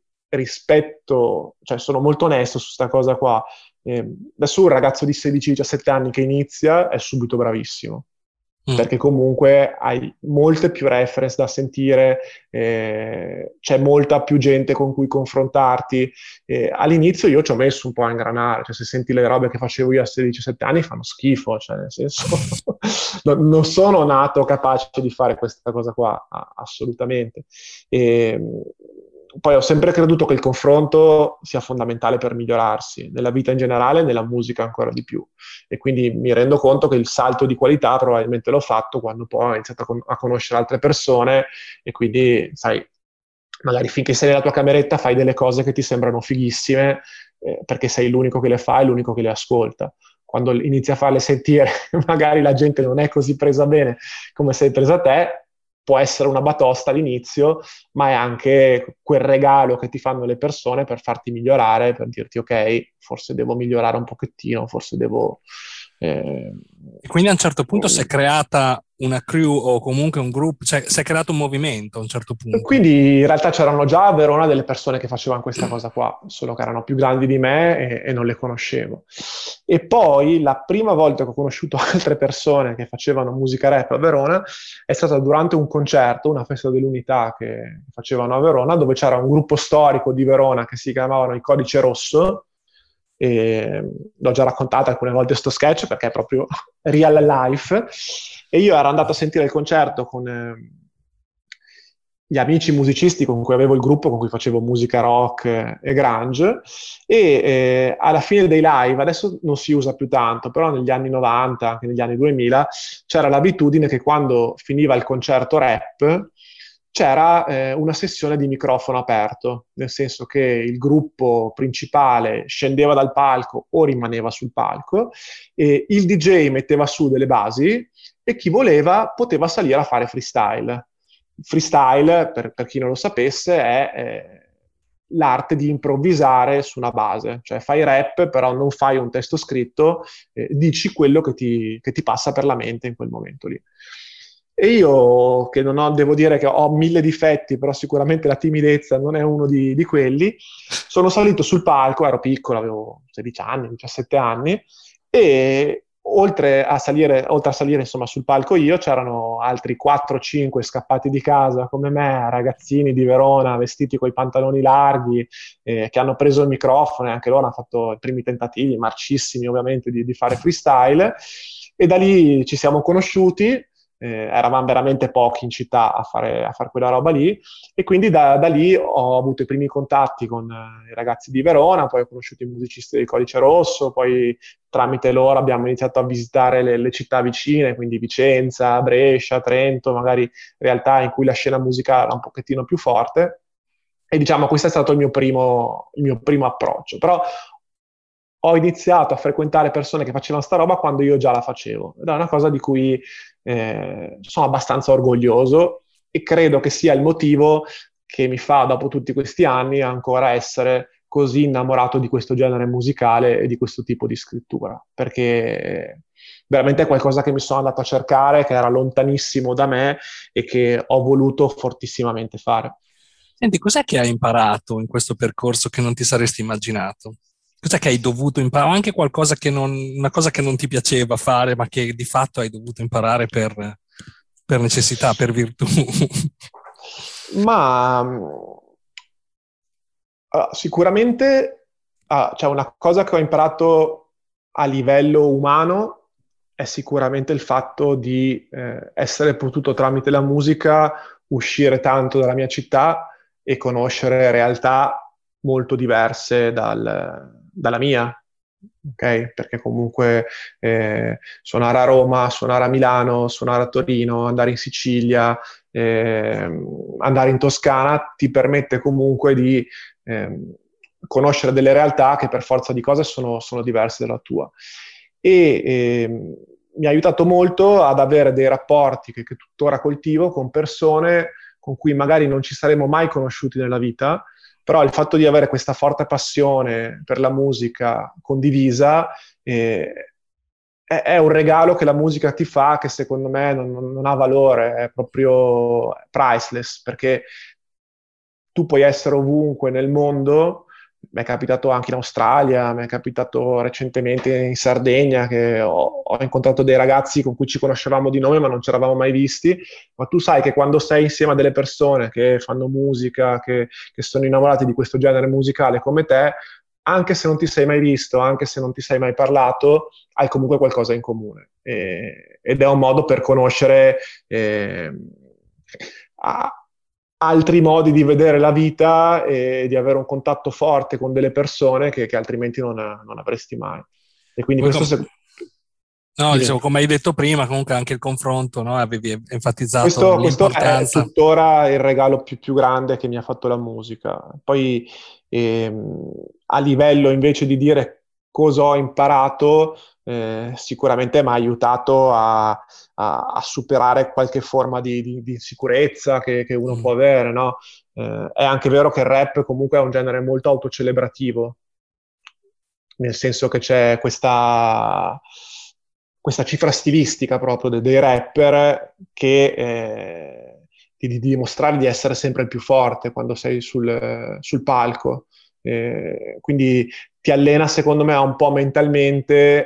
cioè sono molto onesto su questa cosa qua. Adesso un ragazzo di 16-17 anni che inizia è subito bravissimo. Perché comunque hai molte più reference da sentire, c'è molta più gente con cui confrontarti. All'inizio io ci ho messo un po' a ingranare, cioè se senti le robe che facevo io a 16-17 anni fanno schifo, cioè nel senso non sono nato capace di fare questa cosa qua, assolutamente. Poi ho sempre creduto che il confronto sia fondamentale per migliorarsi, nella vita in generale e nella musica ancora di più. E quindi mi rendo conto che il salto di qualità probabilmente l'ho fatto quando poi ho iniziato a conoscere altre persone e quindi, sai, magari finché sei nella tua cameretta fai delle cose che ti sembrano fighissime perché sei l'unico che le fa e l'unico che le ascolta. Quando inizi a farle sentire, magari la gente non è così presa bene come sei presa te, può essere una batosta all'inizio, ma è anche quel regalo che ti fanno le persone per farti migliorare, per dirti ok, forse devo migliorare un pochettino, forse devo... E quindi a un certo punto si è creata una crew o comunque un gruppo, cioè si è creato un movimento a un certo punto. Quindi in realtà c'erano già a Verona delle persone che facevano questa cosa qua, solo che erano più grandi di me e non le conoscevo. E poi la prima volta che ho conosciuto altre persone che facevano musica rap a Verona è stata durante un concerto, una festa dell'unità che facevano a Verona, dove c'era un gruppo storico di Verona che si chiamavano i Codice Rosso. E l'ho già raccontato alcune volte sto sketch perché è proprio real life, e io ero andato a sentire il concerto con gli amici musicisti con cui avevo il gruppo, con cui facevo musica rock e grunge, e alla fine dei live, adesso non si usa più tanto, però negli anni 90, anche negli anni 2000, c'era l'abitudine che quando finiva il concerto rap c'era una sessione di microfono aperto, nel senso che il gruppo principale scendeva dal palco o rimaneva sul palco, e il DJ metteva su delle basi e chi voleva poteva salire a fare freestyle. Freestyle, per chi non lo sapesse, è l'arte di improvvisare su una base, cioè fai rap, però non fai un testo scritto, dici quello che ti passa per la mente in quel momento lì. E io, che non ho, devo dire che ho 1000 difetti, però sicuramente la timidezza non è uno di quelli, sono salito sul palco, ero piccolo, avevo 16 anni, 17 anni, e oltre a salire insomma sul palco io, c'erano altri 4-5 scappati di casa come me, ragazzini di Verona vestiti coi pantaloni larghi, che hanno preso il microfono, e anche loro hanno fatto i primi tentativi, marcissimi ovviamente, di fare freestyle, e da lì ci siamo conosciuti. Eravamo veramente pochi in città a fare quella roba lì, e quindi da lì ho avuto i primi contatti con i ragazzi di Verona, poi ho conosciuto i musicisti del Codice Rosso, poi tramite loro abbiamo iniziato a visitare le città vicine, quindi Vicenza, Brescia, Trento, magari realtà in cui la scena musicale era un pochettino più forte, e diciamo questo è stato il mio primo approccio. Però ho iniziato a frequentare persone che facevano sta roba quando io già la facevo, ed è una cosa di cui sono abbastanza orgoglioso, e credo che sia il motivo che mi fa, dopo tutti questi anni, ancora essere così innamorato di questo genere musicale e di questo tipo di scrittura, perché veramente è qualcosa che mi sono andato a cercare, che era lontanissimo da me e che ho voluto fortissimamente fare. Senti, cos'è che hai imparato in questo percorso che non ti saresti immaginato? Cos'è che hai dovuto imparare? O anche qualcosa una cosa che non ti piaceva fare, ma che di fatto hai dovuto imparare per necessità, per virtù? Ma sicuramente cioè una cosa che ho imparato a livello umano è sicuramente il fatto di essere potuto tramite la musica uscire tanto dalla mia città e conoscere realtà molto diverse dalla mia. Ok? Perché comunque suonare a Roma, suonare a Milano, suonare a Torino, andare in Sicilia, andare in Toscana ti permette comunque di conoscere delle realtà che per forza di cose sono diverse dalla tua. E mi ha aiutato molto ad avere dei rapporti che tuttora coltivo con persone con cui magari non ci saremmo mai conosciuti nella vita, però il fatto di avere questa forte passione per la musica condivisa è un regalo che la musica ti fa, che secondo me non ha valore, è proprio priceless, perché tu puoi essere ovunque nel mondo. Mi è capitato anche in Australia, mi è capitato recentemente in Sardegna, che ho incontrato dei ragazzi con cui ci conoscevamo di nome ma non ci eravamo mai visti, ma tu sai che quando sei insieme a delle persone che fanno musica, che sono innamorati di questo genere musicale come te, anche se non ti sei mai visto, anche se non ti sei mai parlato, hai comunque qualcosa in comune. Ed è un modo per conoscere altri modi di vedere la vita e di avere un contatto forte con delle persone che altrimenti non avresti mai. E quindi questo... No, dicevo, come hai detto prima, comunque anche il confronto, no? Avevi enfatizzato questo è l'importanza. tuttora il regalo più grande che mi ha fatto la musica. Poi a livello invece di dire cosa ho imparato, sicuramente mi ha aiutato a superare qualche forma di insicurezza che uno può Mm. avere, no? È anche vero che il rap comunque è un genere molto autocelebrativo, nel senso che c'è questa cifra stilistica proprio dei rapper che di dimostrare di essere sempre il più forte quando sei sul palco. Quindi ti allena, secondo me, un po' mentalmente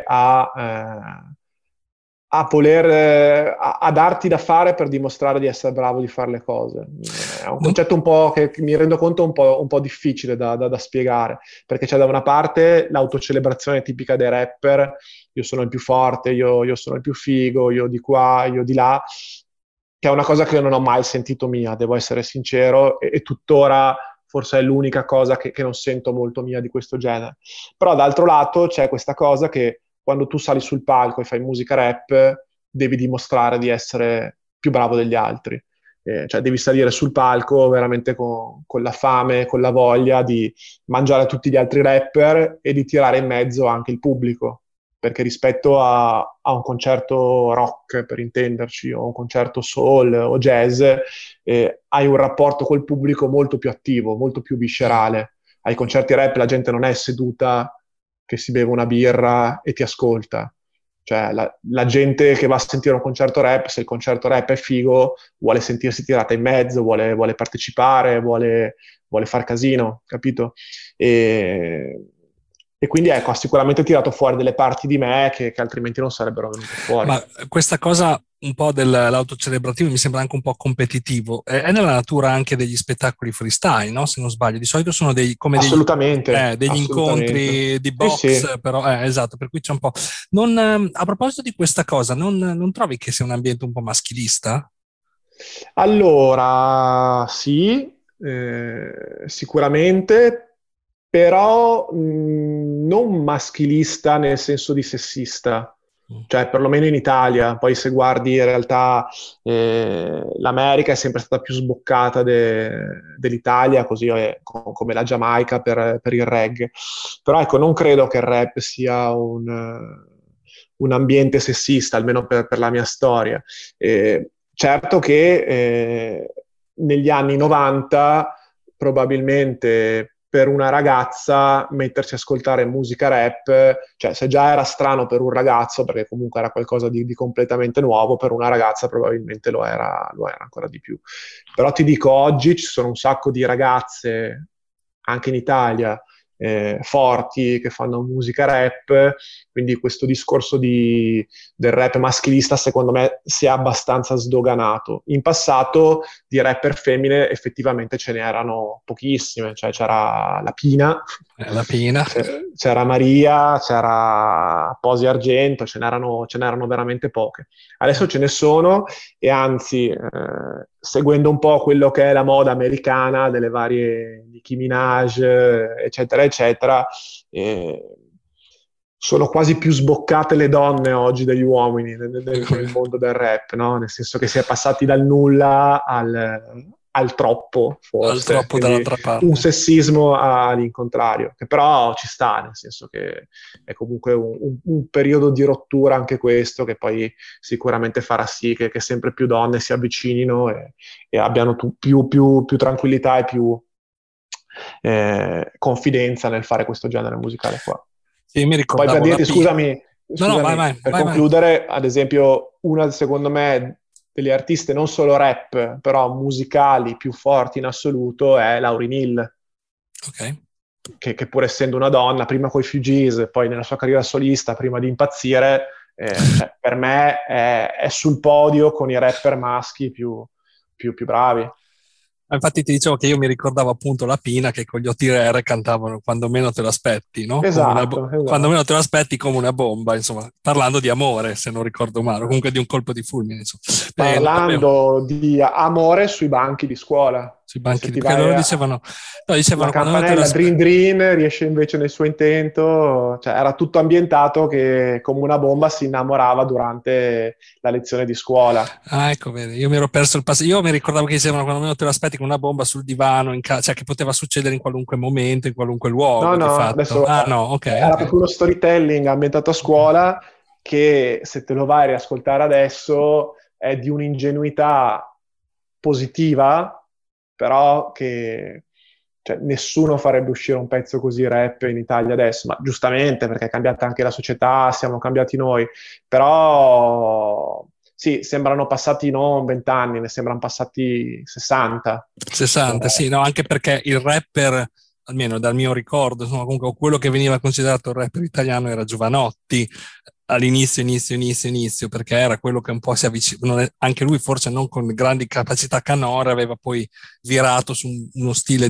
a voler, a darti da fare per dimostrare di essere bravo di fare le cose. È un Non- concetto un po' che mi rendo conto un po' difficile da spiegare, perché c'è da una parte l'autocelebrazione tipica dei rapper, io sono il più forte, io sono il più figo, io di qua, io di là, che è una cosa che io non ho mai sentito mia, devo essere sincero, e tuttora forse è l'unica cosa che non sento molto mia di questo genere. Però d'altro lato c'è questa cosa che quando tu sali sul palco e fai musica rap, devi dimostrare di essere più bravo degli altri. Cioè devi salire sul palco veramente con la fame, con la voglia di mangiare tutti gli altri rapper e di tirare in mezzo anche il pubblico. Perché rispetto a un concerto rock, per intenderci, o un concerto soul o jazz, hai un rapporto col pubblico molto più attivo, molto più viscerale. Ai concerti rap la gente non è seduta che si beve una birra e ti ascolta. Cioè, la gente che va a sentire un concerto rap, se il concerto rap è figo, vuole sentirsi tirata in mezzo, vuole partecipare, vuole far casino, capito? E, e quindi ecco, ha sicuramente tirato fuori delle parti di me che altrimenti non sarebbero venute fuori. Ma questa cosa un po' dell'autocelebrativo mi sembra anche un po' competitivo. È nella natura anche degli spettacoli freestyle, no? Se non sbaglio. Di solito sono Assolutamente, degli assolutamente. incontri di Sì, sì. box, però esatto, per cui c'è un po'. A proposito di questa cosa, non trovi che sia un ambiente un po' maschilista? Allora, sì, sicuramente, però non maschilista nel senso di sessista, Mm. cioè perlomeno in Italia. Poi se guardi in realtà l'America è sempre stata più sboccata dell'Italia, così come la Giamaica per il reggae. Però ecco, non credo che il rap sia un ambiente sessista, almeno per la mia storia. Certo che negli anni 90 probabilmente per una ragazza mettersi a ascoltare musica rap, cioè se già era strano per un ragazzo, perché comunque era qualcosa di completamente nuovo, per una ragazza probabilmente lo era ancora di più. Però ti dico, oggi ci sono un sacco di ragazze, anche in Italia, forti che fanno musica rap, quindi questo discorso del rap maschilista secondo me si è abbastanza sdoganato. In passato di rapper femmine effettivamente ce n'erano pochissime, cioè c'era la Pina, La pena. c'era Maria, c'era Posi Argento, ce n'erano veramente poche. Adesso ce ne sono e anzi, seguendo un po' quello che è la moda americana delle varie Nicki Minaj, eccetera, eccetera, eh, sono quasi più sboccate le donne oggi degli uomini nel mondo del rap, no? Nel senso che si è passati dal nulla al troppo, Al forse, troppo quindi dall'altra un parte. sessismo all'incontrario, che però ci sta, nel senso che è comunque un periodo di rottura anche questo, che poi sicuramente farà sì che sempre più donne si avvicinino e abbiano più tranquillità e più confidenza nel fare questo genere musicale qua. Sì, mi Poi per ricordavo la dirti, P. No, no, vai, scusami, vai, per vai, vai. concludere, ad esempio, una secondo me delle artiste non solo rap, però musicali più forti in assoluto è Lauryn Hill, Ok. che pur essendo una donna, prima coi Fugees, poi nella sua carriera solista, prima di impazzire, cioè, per me è sul podio con i rapper maschi più bravi. Infatti ti dicevo che io mi ricordavo appunto la Pina che con gli OTR cantavano quando meno te lo aspetti, no? Esatto, Quando esatto. meno te lo aspetti come una bomba, insomma, parlando di amore, se non ricordo male, o comunque di un colpo di fulmine, insomma. No, vabbè. Parlando di amore sui banchi di scuola. sui Se banchi, ti perché vai loro a- dicevano, no, la dicevano quando noi te campanella Drin Drin riesce invece nel suo intento, cioè era tutto ambientato che come una bomba si innamorava durante la lezione di scuola. Ah, ecco, vedi, io mi ero perso il passaggio. Io mi ricordavo che dicevano quando meno te lo aspetti con una bomba sul divano, cioè che poteva succedere in qualunque momento, in qualunque No, luogo, di no, fatto. adesso Ah, no, ok, era ok. proprio uno storytelling ambientato a scuola che se te lo vai a riascoltare adesso è di un'ingenuità positiva, però che cioè, nessuno farebbe uscire un pezzo così rap in Italia adesso, ma giustamente perché è cambiata anche la società, siamo cambiati noi, però sì, sembrano passati non 20 anni, ne sembrano passati 60. 60, sì, no, anche perché il rapper, almeno dal mio ricordo, insomma, comunque quello che veniva considerato il rapper italiano era Giovanotti all'inizio, inizio, perché era quello che un po' si avvicina, anche lui forse non con grandi capacità canore, aveva poi virato su uno stile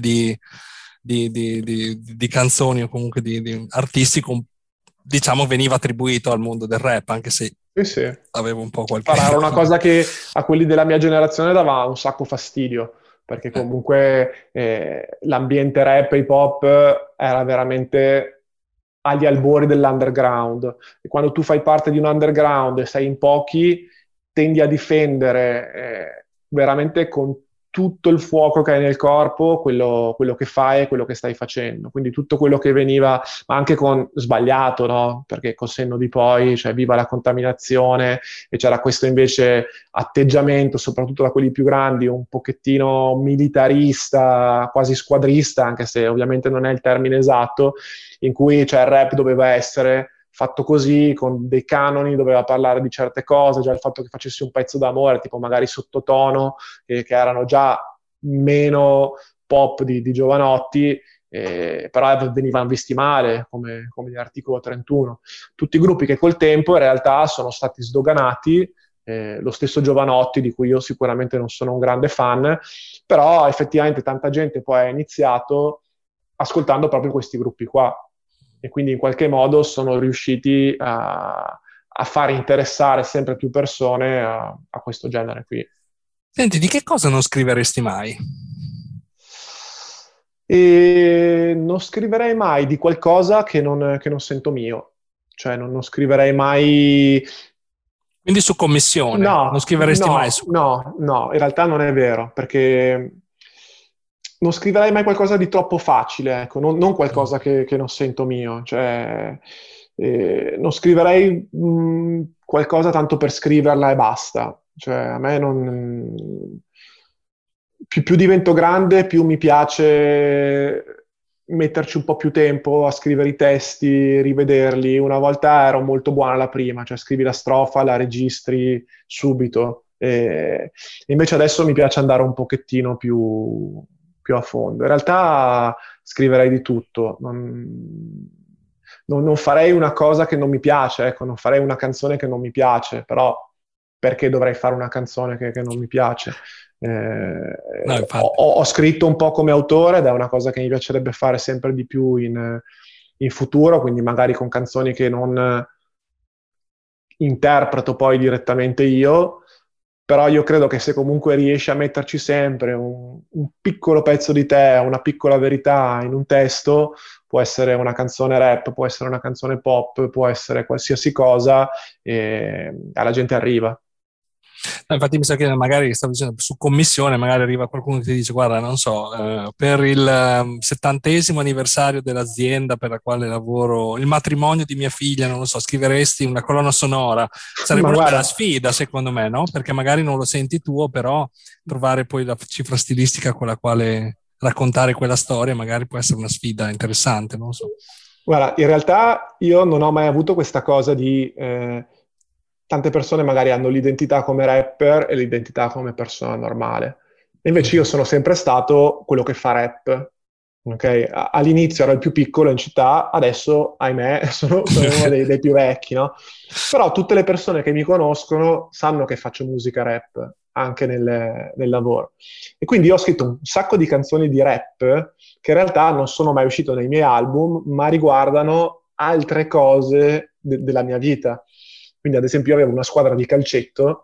di canzoni o comunque di artistico, diciamo, veniva attribuito al mondo del rap, anche se Sì, sì. aveva un po' qualche... Guarda, era una cosa che a quelli della mia generazione dava un sacco fastidio, perché comunque l'ambiente rap e hip hop era veramente agli albori dell'underground. E quando tu fai parte di un underground e sei in pochi, tendi a difendere veramente con tutto il fuoco che hai nel corpo quello che fai e quello che stai facendo. Quindi tutto quello che veniva, ma anche con sbagliato, no? Perché col senno di poi, cioè viva la contaminazione, e c'era questo invece atteggiamento, soprattutto da quelli più grandi, un pochettino militarista, quasi squadrista, anche se ovviamente non è il termine esatto, in cui cioè, il rap doveva essere fatto così, con dei canoni, doveva parlare di certe cose, già il fatto che facessi un pezzo d'amore, tipo magari sottotono, che erano già meno pop di Giovanotti, però venivano visti male, come gli Articolo 31. Tutti i gruppi che col tempo in realtà sono stati sdoganati, lo stesso Giovanotti, di cui io sicuramente non sono un grande fan, però effettivamente tanta gente poi ha iniziato ascoltando proprio questi gruppi qua e quindi in qualche modo sono riusciti a far interessare sempre più persone a questo genere qui. Senti, di che cosa non scriveresti mai? E non scriverei mai di qualcosa che non sento mio, cioè non scriverei mai. Quindi su commissione, non No, scriveresti mai no, su... no, no, in realtà non è vero, perché non scriverei mai qualcosa di troppo facile, ecco, non qualcosa che non sento mio, cioè non scriverei qualcosa tanto per scriverla e basta, cioè a me non. Più divento grande, più mi piace metterci un po' più tempo a scrivere i testi, rivederli. Una volta ero molto buona alla prima, cioè scrivi la strofa, la registri subito. Invece adesso mi piace andare un pochettino più a fondo. In realtà scriverei di tutto. Non farei una cosa che non mi piace, ecco, non farei una canzone che non mi piace, però perché dovrei fare una canzone che non mi piace? No, Ho, infatti. ho scritto un po' come autore ed è una cosa che mi piacerebbe fare sempre di più in futuro, quindi magari con canzoni che non interpreto poi direttamente io, però io credo che se comunque riesci a metterci sempre un piccolo pezzo di te, una piccola verità in un testo, può essere una canzone rap, può essere una canzone pop, può essere qualsiasi cosa, e alla gente arriva. No, infatti mi sa che magari stavo dicendo su commissione, magari arriva qualcuno che ti dice guarda, non so, per il 70° anniversario dell'azienda per la quale lavoro, il matrimonio di mia figlia, non lo so, scriveresti una colonna sonora. Sarebbe Ma una bella guarda, sfida secondo me, no? Perché magari non lo senti tuo, però trovare poi la cifra stilistica con la quale raccontare quella storia magari può essere una sfida interessante, non lo so. guarda, in realtà io non ho mai avuto questa cosa di tante persone magari hanno l'identità come rapper e l'identità come persona normale. E invece io sono sempre stato quello che fa rap. Ok? All'inizio ero il più piccolo in città, adesso, ahimè, sono uno dei più vecchi, no? Però tutte le persone che mi conoscono sanno che faccio musica rap anche nel lavoro. E quindi io ho scritto un sacco di canzoni di rap che in realtà non sono mai uscite nei miei album, ma riguardano altre cose della mia vita. Quindi, ad esempio, io avevo una squadra di calcetto,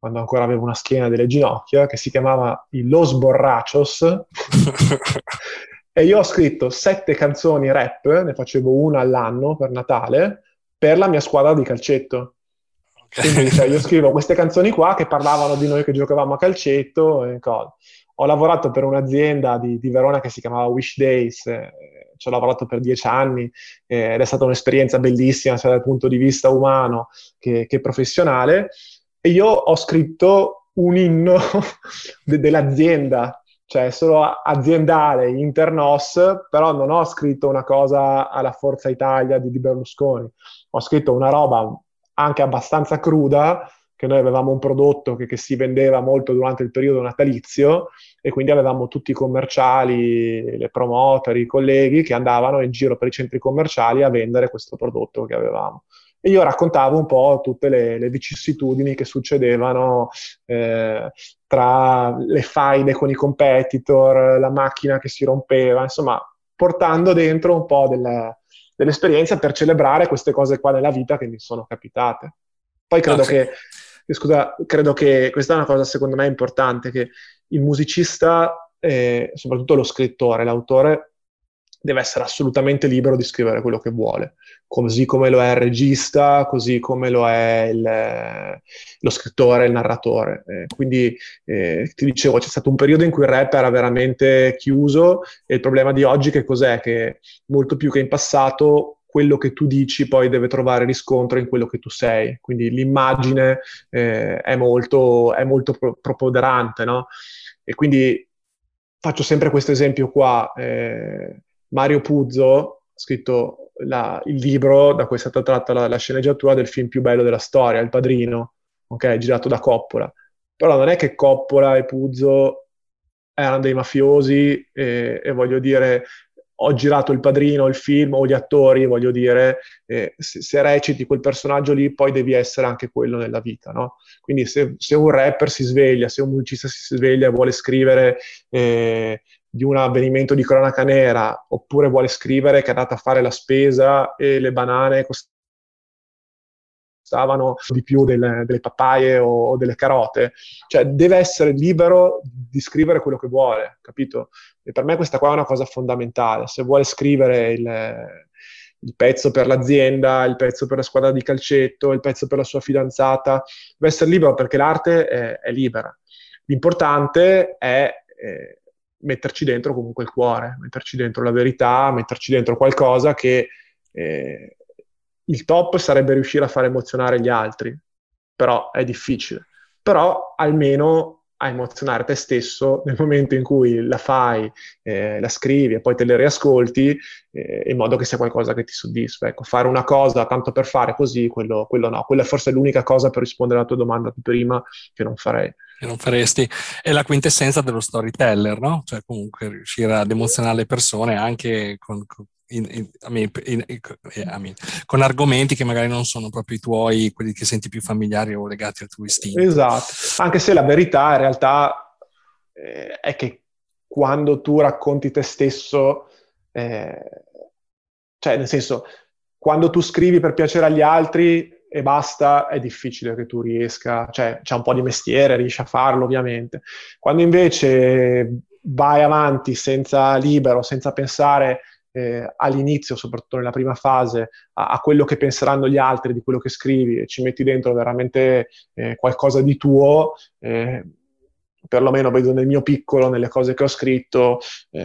quando ancora avevo una schiena delle ginocchia, che si chiamava i Los Borrachos, e io ho scritto 7 canzoni rap, ne facevo una all'anno per Natale, per la mia squadra di calcetto. Quindi cioè, io scrivo queste canzoni qua che parlavano di noi che giocavamo a calcetto e cose. Ho lavorato per un'azienda di Verona che si chiamava Wish Days, ci ho lavorato per 10 anni ed è stata un'esperienza bellissima sia dal punto di vista umano che professionale. E io ho scritto un inno dell'azienda, cioè solo aziendale, internos, però non ho scritto una cosa alla Forza Italia di Berlusconi. Ho scritto una roba anche abbastanza cruda, che noi avevamo un prodotto che si vendeva molto durante il periodo natalizio e quindi avevamo tutti i commerciali, le promoter, i colleghi che andavano in giro per i centri commerciali a vendere questo prodotto che avevamo. E io raccontavo un po' tutte le vicissitudini che succedevano tra le faide con i competitor, la macchina che si rompeva, insomma, portando dentro un po' dell'esperienza per celebrare queste cose qua nella vita che mi sono capitate. Poi credo che questa è una cosa secondo me importante, che il musicista, soprattutto lo scrittore, l'autore, deve essere assolutamente libero di scrivere quello che vuole, così come lo è il regista, così come lo è lo scrittore, il narratore. Quindi ti dicevo, c'è stato un periodo in cui il rap era veramente chiuso e il problema di oggi che cos'è? Che molto più che in passato quello che tu dici poi deve trovare riscontro in quello che tu sei, quindi l'immagine è molto preponderante, no? E quindi faccio sempre questo esempio qua. Mario Puzo ha scritto il libro da cui è stata tratta la sceneggiatura del film più bello della storia, Il Padrino, okay, girato da Coppola. Però non è che Coppola e Puzo erano dei mafiosi e voglio dire, ho girato Il Padrino, il film, o gli attori, voglio dire, se reciti quel personaggio lì, poi devi essere anche quello nella vita, no? Quindi se un rapper si sveglia, se un musicista si sveglia e vuole scrivere di un avvenimento di cronaca nera, oppure vuole scrivere che è andata a fare la spesa e le banane costavano di più delle pappaie o delle carote, cioè deve essere libero di scrivere quello che vuole, capito? E per me questa qua è una cosa fondamentale. Se vuole scrivere il pezzo per l'azienda, il pezzo per la squadra di calcetto, il pezzo per la sua fidanzata, deve essere libero perché l'arte è libera. L'importante è metterci dentro comunque il cuore, metterci dentro la verità, metterci dentro qualcosa che il top sarebbe riuscire a far emozionare gli altri, però è difficile. Però almeno a emozionare te stesso nel momento in cui la fai, la scrivi e poi te le riascolti, in modo che sia qualcosa che ti soddisfa. Ecco, fare una cosa tanto per fare così, quello no. Quella è forse l'unica cosa, per rispondere alla tua domanda di prima, che non farei. Che non faresti. È la quintessenza dello storyteller, no? Cioè comunque riuscire ad emozionare le persone anche con argomenti che magari non sono proprio i tuoi, quelli che senti più familiari o legati al tuo istinto. Esatto, anche se la verità in realtà è che quando tu racconti te stesso, cioè nel senso, quando tu scrivi per piacere agli altri e basta, è difficile che tu riesca, cioè c'è un po' di mestiere, riesci a farlo ovviamente. Quando invece vai avanti senza libero, senza pensare all'inizio, soprattutto nella prima fase, a quello che penseranno gli altri di quello che scrivi e ci metti dentro veramente qualcosa di tuo, perlomeno vedo nel mio piccolo, nelle cose che ho scritto,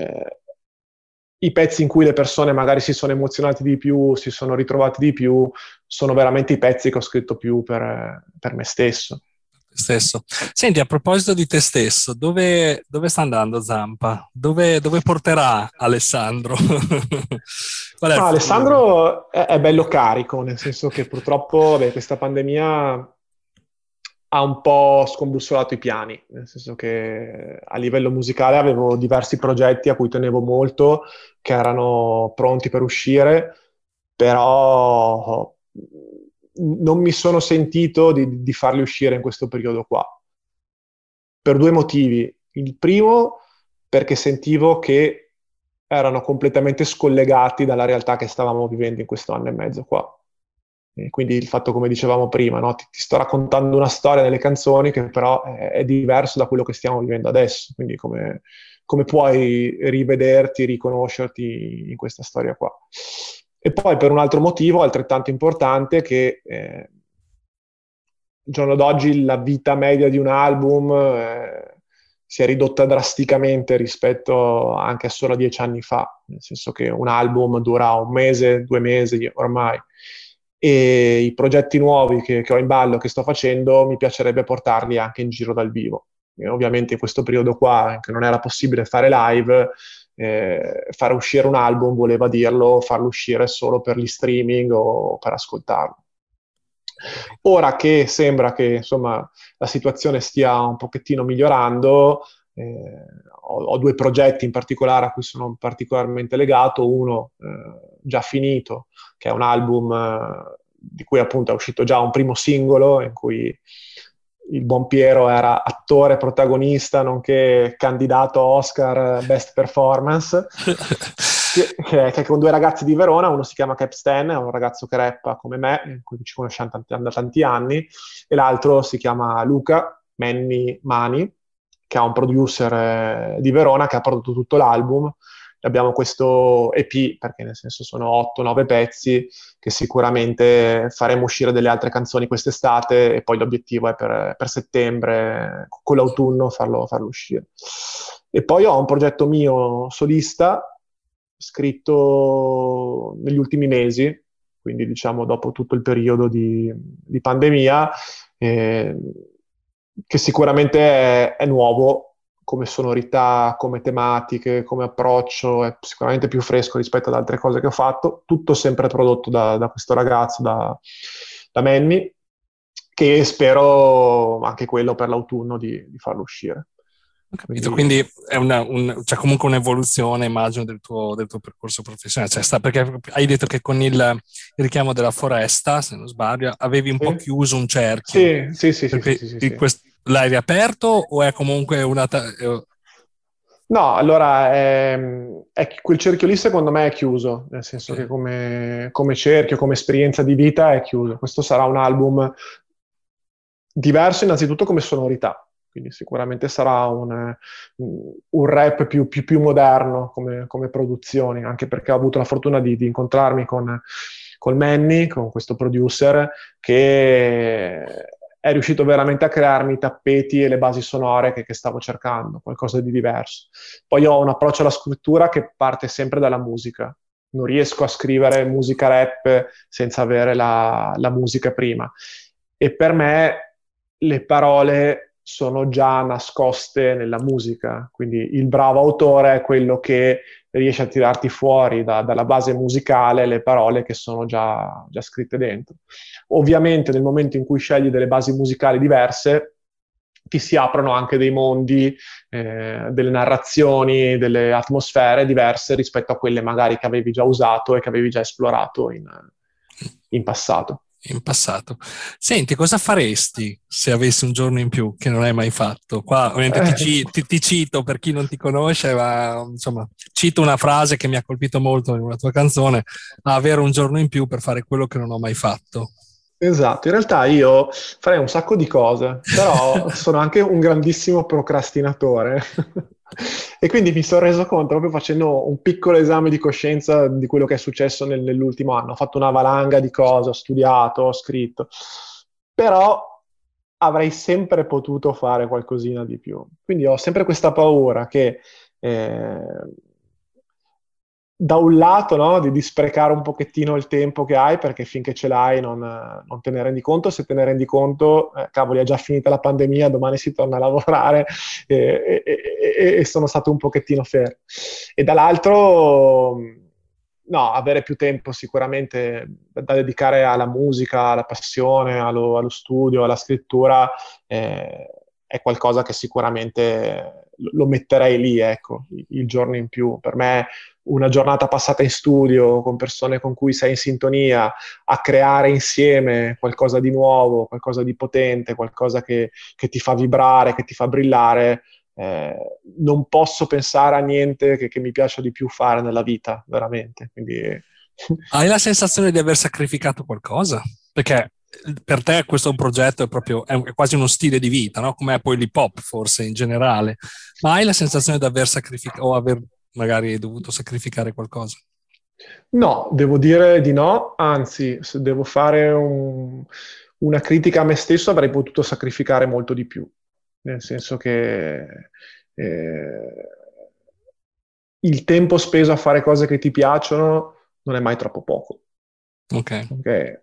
i pezzi in cui le persone magari si sono emozionate di più, si sono ritrovate di più, sono veramente i pezzi che ho scritto più per me stesso. Stesso. Senti, a proposito di te stesso, dove sta andando Zampa? Dove porterà Alessandro? Qual è il Alessandro è bello carico, nel senso che purtroppo questa pandemia ha un po' scombussolato i piani, nel senso che a livello musicale avevo diversi progetti a cui tenevo molto, che erano pronti per uscire, però non mi sono sentito di farli uscire in questo periodo qua, per 2 motivi. Il primo, perché sentivo che erano completamente scollegati dalla realtà che stavamo vivendo in questo anno e mezzo qua. E quindi il fatto, come dicevamo prima, no? Ti sto raccontando una storia nelle canzoni che però è diverso da quello che stiamo vivendo adesso, quindi come puoi rivederti, riconoscerti in questa storia qua. E poi per un altro motivo altrettanto importante che al giorno d'oggi la vita media di un album si è ridotta drasticamente rispetto anche a solo 10 anni fa, nel senso che un album dura un mese, 2 mesi ormai, e i progetti nuovi che ho in ballo, che sto facendo, mi piacerebbe portarli anche in giro dal vivo. E ovviamente in questo periodo qua, che non era possibile fare live, fare uscire un album voleva dirlo farlo uscire solo per gli streaming o per ascoltarlo. Ora che sembra che insomma la situazione stia un pochettino migliorando, ho 2 progetti in particolare a cui sono particolarmente legato, uno già finito, che è un album di cui appunto è uscito già un primo singolo, in cui il buon Piero era attore protagonista, nonché candidato Oscar Best Performance, che è con 2 ragazzi di Verona. Uno si chiama Capstan, è un ragazzo che rappa come me, in cui ci conosciamo da tanti anni, e l'altro si chiama Luca Manny Mani, che è un producer di Verona che ha prodotto tutto l'album. Abbiamo questo EP, perché nel senso sono 8-9 pezzi, che sicuramente faremo uscire delle altre canzoni quest'estate, e poi l'obiettivo è per settembre, con l'autunno, farlo uscire. E poi ho un progetto mio solista, scritto negli ultimi mesi, quindi diciamo dopo tutto il periodo di pandemia, che sicuramente è nuovo come sonorità, come tematiche, come approccio, è sicuramente più fresco rispetto ad altre cose che ho fatto, tutto sempre prodotto da questo ragazzo, da Manny, che spero anche quello per l'autunno di farlo uscire. Ho capito, quindi è c'è comunque un'evoluzione, immagino, del tuo percorso professionale. Perché hai detto che con il richiamo della foresta, se non sbaglio, avevi un po' chiuso un cerchio. Sì. L'hai riaperto o è comunque una... No, allora quel cerchio lì secondo me è chiuso, nel senso che come cerchio, come esperienza di vita è chiuso. Questo sarà un album diverso innanzitutto come sonorità, quindi sicuramente sarà un rap più moderno come produzioni, anche perché ho avuto la fortuna di incontrarmi con Manny, con questo producer, che è riuscito veramente a crearmi i tappeti e le basi sonore che stavo cercando, qualcosa di diverso. Poi ho un approccio alla scrittura che parte sempre dalla musica. Non riesco a scrivere musica rap senza avere la musica prima. E per me le parole sono già nascoste nella musica, quindi il bravo autore è quello che riesce a tirarti fuori dalla base musicale le parole che sono già scritte dentro. Ovviamente nel momento in cui scegli delle basi musicali diverse, ti si aprono anche dei mondi, delle narrazioni, delle atmosfere diverse rispetto a quelle magari che avevi già usato e che avevi già esplorato in passato. In passato. Senti, cosa faresti se avessi un giorno in più che non hai mai fatto? Qua ovviamente ti cito per chi non ti conosce, ma insomma, cito una frase che mi ha colpito molto in una tua canzone: avere un giorno in più per fare quello che non ho mai fatto. Esatto, in realtà io farei un sacco di cose, però sono anche un grandissimo procrastinatore. E quindi mi sono reso conto, proprio facendo un piccolo esame di coscienza di quello che è successo nell'ultimo anno. Ho fatto una valanga di cose, ho studiato, ho scritto, però avrei sempre potuto fare qualcosina di più. Quindi ho sempre questa paura che da un lato, no, di sprecare un pochettino il tempo che hai, perché finché ce l'hai non te ne rendi conto. Se te ne rendi conto, cavoli, è già finita la pandemia, domani si torna a lavorare, e sono stato un pochettino fermo. E dall'altro, no, avere più tempo sicuramente da dedicare alla musica, alla passione, allo studio, alla scrittura, è qualcosa che sicuramente lo metterei lì, ecco, il giorno in più. Per me una giornata passata in studio con persone con cui sei in sintonia, a creare insieme qualcosa di nuovo, qualcosa di potente, qualcosa che ti fa vibrare, che ti fa brillare, non posso pensare a niente che mi piaccia di più fare nella vita, veramente. Quindi... Hai la sensazione di aver sacrificato qualcosa? Perché per te questo è un progetto, è quasi uno stile di vita, no? Come è poi l'hip hop forse in generale. Ma hai la sensazione di aver sacrificato o aver magari dovuto sacrificare qualcosa? No, devo dire di no, anzi, se devo fare una critica a me stesso avrei potuto sacrificare molto di più, nel senso che eh, il tempo speso a fare cose che ti piacciono non è mai troppo poco. Ok. Ok?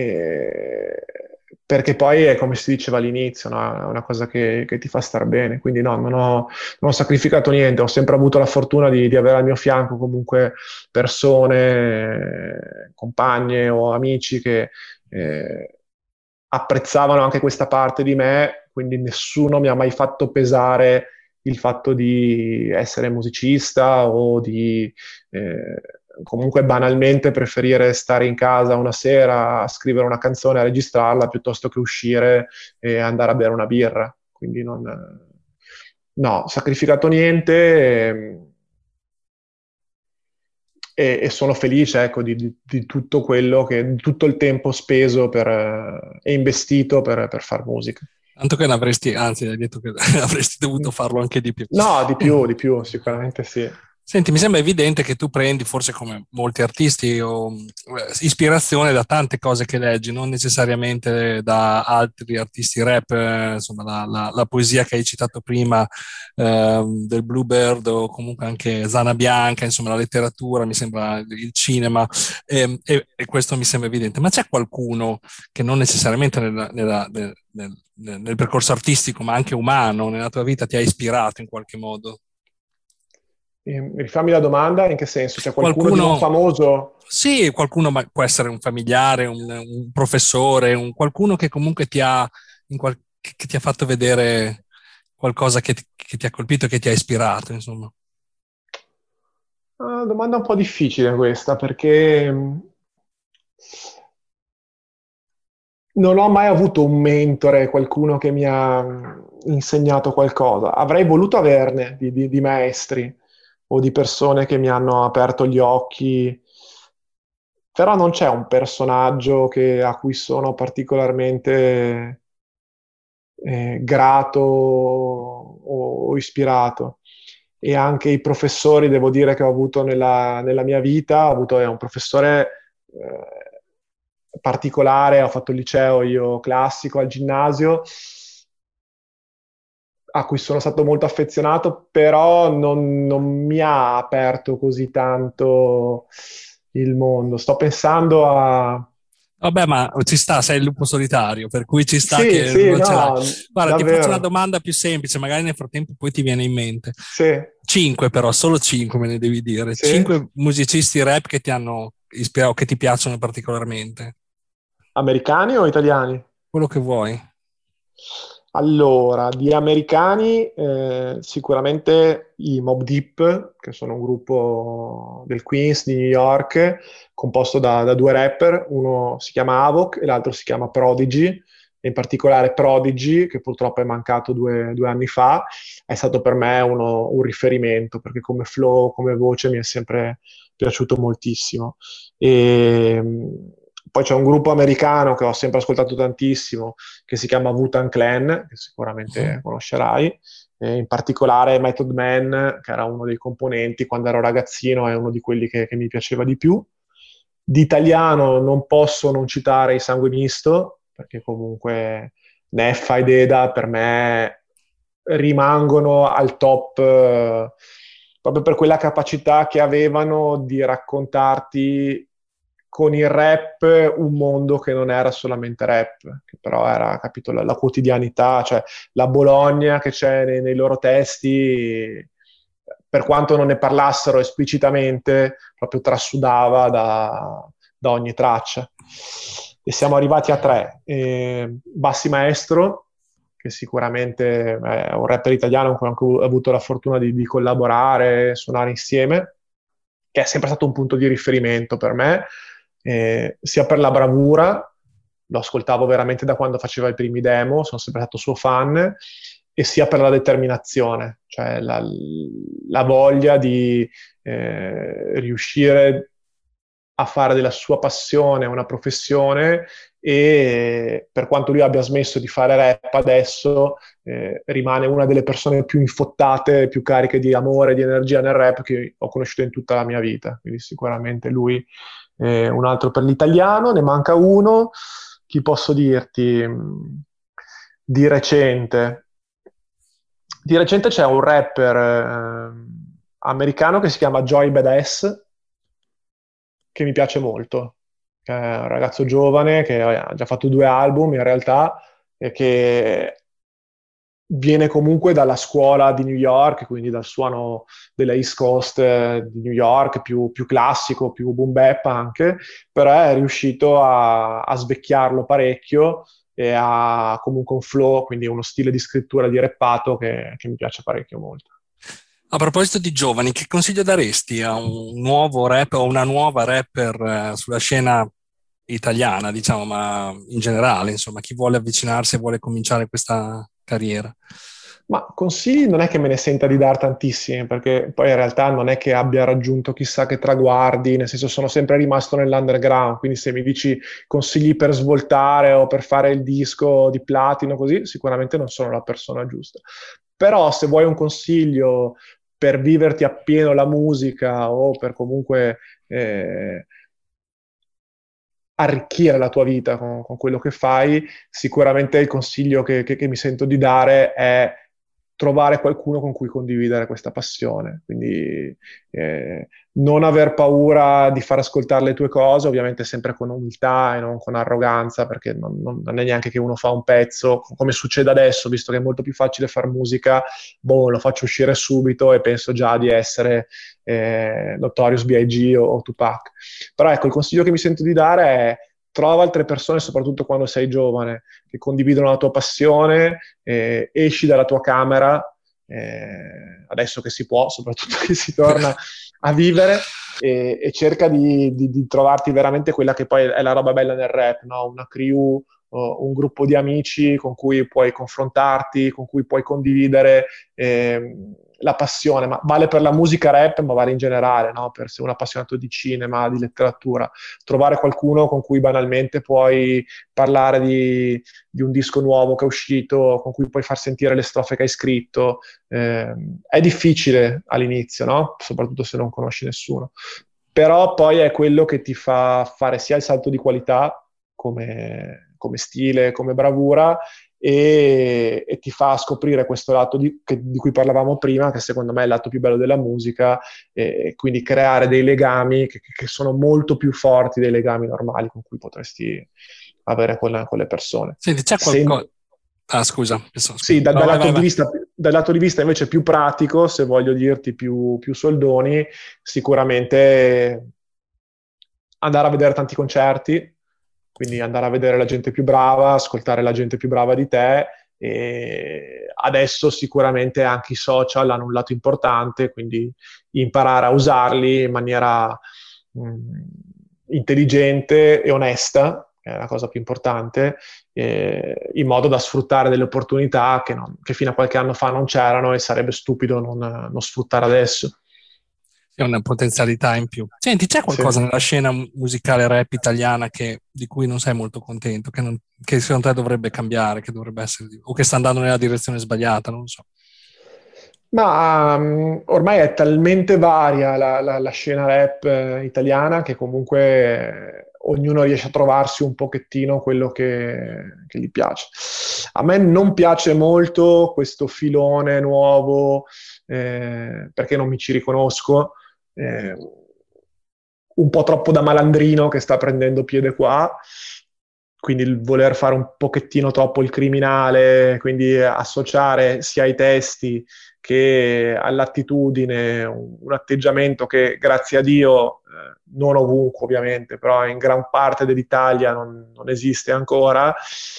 Perché poi è come si diceva all'inizio, no? È una cosa che ti fa star bene. Quindi no, non ho sacrificato niente, ho sempre avuto la fortuna di avere al mio fianco comunque persone, compagne o amici che apprezzavano anche questa parte di me, quindi nessuno mi ha mai fatto pesare il fatto di essere musicista o di comunque banalmente preferire stare in casa una sera a scrivere una canzone, a registrarla, piuttosto che uscire e andare a bere una birra. Quindi no, sacrificato niente e sono felice, ecco, di tutto di tutto il tempo speso e investito per far musica. Tanto che ne avresti, anzi, hai detto che avresti dovuto farlo anche di più. No, di più, sicuramente sì. Senti, mi sembra evidente che tu prendi, forse come molti artisti, ispirazione da tante cose che leggi, non necessariamente da altri artisti rap, insomma, la poesia che hai citato prima, del Bluebird o comunque anche Zana Bianca, insomma, la letteratura, mi sembra il cinema, e questo mi sembra evidente. Ma c'è qualcuno che non necessariamente nel percorso artistico, ma anche umano, nella tua vita ti ha ispirato in qualche modo? Rifammi la domanda, in che senso? C'è qualcuno di non Qualcuno, famoso? sì, qualcuno può essere un familiare, un professore, qualcuno che comunque che ti ha fatto vedere qualcosa che ti ha colpito, che ti ha ispirato, insomma. Una domanda un po' difficile questa, perché non ho mai avuto un mentore, qualcuno che mi ha insegnato qualcosa. Avrei voluto averne di maestri o di persone che mi hanno aperto gli occhi, però non c'è un personaggio a cui sono particolarmente grato o ispirato. E anche i professori, devo dire, che ho avuto nella mia vita, ho avuto un professore particolare, ho fatto il liceo io classico al ginnasio, a cui sono stato molto affezionato, però non mi ha aperto così tanto il mondo. Sto pensando a... Vabbè, ma ci sta, sei il lupo solitario, per cui ci sta Sì, che sì, non ce l'hai. no, Guarda, ti faccio una davvero. domanda più semplice, magari nel frattempo poi ti viene in mente. Sì, Cinque però, solo cinque me ne devi dire. sì. Cinque musicisti rap che ti hanno ispirato, che ti piacciono particolarmente. Americani o italiani? Quello che vuoi. Allora, di americani sicuramente i Mobb Deep, che sono un gruppo del Queens di New York, composto da due rapper, uno si chiama Havok e l'altro si chiama Prodigy, e in particolare Prodigy, che purtroppo è mancato due anni fa, è stato per me un riferimento, perché come flow, come voce mi è sempre piaciuto moltissimo. E, poi c'è un gruppo americano che ho sempre ascoltato tantissimo, che si chiama Wu-Tang Clan, che Mhm. sicuramente conoscerai, in particolare Method Man, che era uno dei componenti quando ero ragazzino, è uno di quelli che mi piaceva di più. Di italiano non posso non citare i Sangue Misto, perché comunque Neffa ed Eda per me rimangono al top proprio per quella capacità che avevano di raccontarti con il rap un mondo che non era solamente rap, che però era, capito, la quotidianità, cioè la Bologna che c'è nei loro testi, per quanto non ne parlassero esplicitamente, proprio trasudava da ogni traccia. E siamo arrivati a tre. Bassi Maestro, che sicuramente è un rapper italiano con cui ho avuto la fortuna di collaborare, suonare insieme, che è sempre stato un punto di riferimento per me, sia per la bravura, lo ascoltavo veramente da quando faceva i primi demo, sono sempre stato suo fan, e sia per la determinazione, cioè la voglia di riuscire a fare della sua passione una professione, e per quanto lui abbia smesso di fare rap adesso, rimane una delle persone più infottate, più cariche di amore e di energia nel rap che ho conosciuto in tutta la mia vita. Quindi sicuramente lui è un altro per l'italiano. Ne manca uno. Chi posso dirti? Di recente. Di recente c'è un rapper americano che si chiama Joey Badass, che mi piace molto, che è un ragazzo giovane che ha già fatto 2 album in realtà, e che viene comunque dalla scuola di New York, quindi dal suono della East Coast di New York, più classico, più boom bap anche, però è riuscito a svecchiarlo parecchio e ha comunque un flow, quindi uno stile di scrittura di rappato che mi piace parecchio molto. A proposito di giovani, che consiglio daresti a un nuovo rapper o una nuova rapper sulla scena italiana, diciamo, ma in generale, insomma, chi vuole avvicinarsi e vuole cominciare questa carriera? Ma consigli non è che me ne senta di dar tantissimi, perché poi in realtà non è che abbia raggiunto chissà che traguardi, nel senso sono sempre rimasto nell'underground, quindi se mi dici consigli per svoltare o per fare il disco di platino così, sicuramente non sono la persona giusta. Però se vuoi un consiglio per viverti appieno la musica o per comunque arricchire la tua vita con quello che fai, sicuramente il consiglio che mi sento di dare è trovare qualcuno con cui condividere questa passione. Quindi non aver paura di far ascoltare le tue cose, ovviamente sempre con umiltà e non con arroganza, perché non è neanche che uno fa un pezzo, come succede adesso, visto che è molto più facile far musica, boh, lo faccio uscire subito e penso già di essere Notorious B.I.G. o Tupac. Però ecco, il consiglio che mi sento di dare è: trova altre persone, soprattutto quando sei giovane, che condividono la tua passione, esci dalla tua camera, adesso che si può, soprattutto che si torna a vivere, e cerca di trovarti veramente quella che poi è la roba bella nel rap, no? Una crew, un gruppo di amici con cui puoi confrontarti, con cui puoi condividere la passione, ma vale per la musica rap, ma vale in generale, no? Per se uno è appassionato di cinema, di letteratura, trovare qualcuno con cui banalmente puoi parlare di un disco nuovo che è uscito, con cui puoi far sentire le strofe che hai scritto. È difficile all'inizio, no? Soprattutto se non conosci nessuno, però poi è quello che ti fa fare sia il salto di qualità come stile, come bravura, e ti fa scoprire questo lato di cui parlavamo prima, che secondo me è il lato più bello della musica, e quindi creare dei legami che sono molto più forti dei legami normali con cui potresti avere con le persone. Senti, c'è qualcosa... Ah, scusa. Sì, No, dal lato vai. dal lato di vista invece più pratico, se voglio dirti più soldoni, sicuramente andare a vedere tanti concerti, quindi andare a vedere la gente più brava, ascoltare la gente più brava di te, e adesso sicuramente anche i social hanno un lato importante, quindi imparare a usarli in maniera intelligente e onesta, che è la cosa più importante, in modo da sfruttare delle opportunità che fino a qualche anno fa non c'erano, e sarebbe stupido non sfruttare adesso. È una potenzialità in più. Senti, c'è qualcosa Sì. nella scena musicale rap italiana di cui non sei molto contento, che secondo te dovrebbe cambiare, che dovrebbe essere, o che sta andando nella direzione sbagliata, non lo so. Ma ormai è talmente varia la scena rap italiana, che comunque ognuno riesce a trovarsi un pochettino quello che gli piace. A me non piace molto questo filone nuovo, perché non mi ci riconosco, un po' troppo da malandrino che sta prendendo piede qua, quindi il voler fare un pochettino troppo il criminale, quindi associare sia ai testi che all'attitudine un atteggiamento che, grazie a Dio, non ovunque ovviamente, però in gran parte dell'Italia non esiste ancora,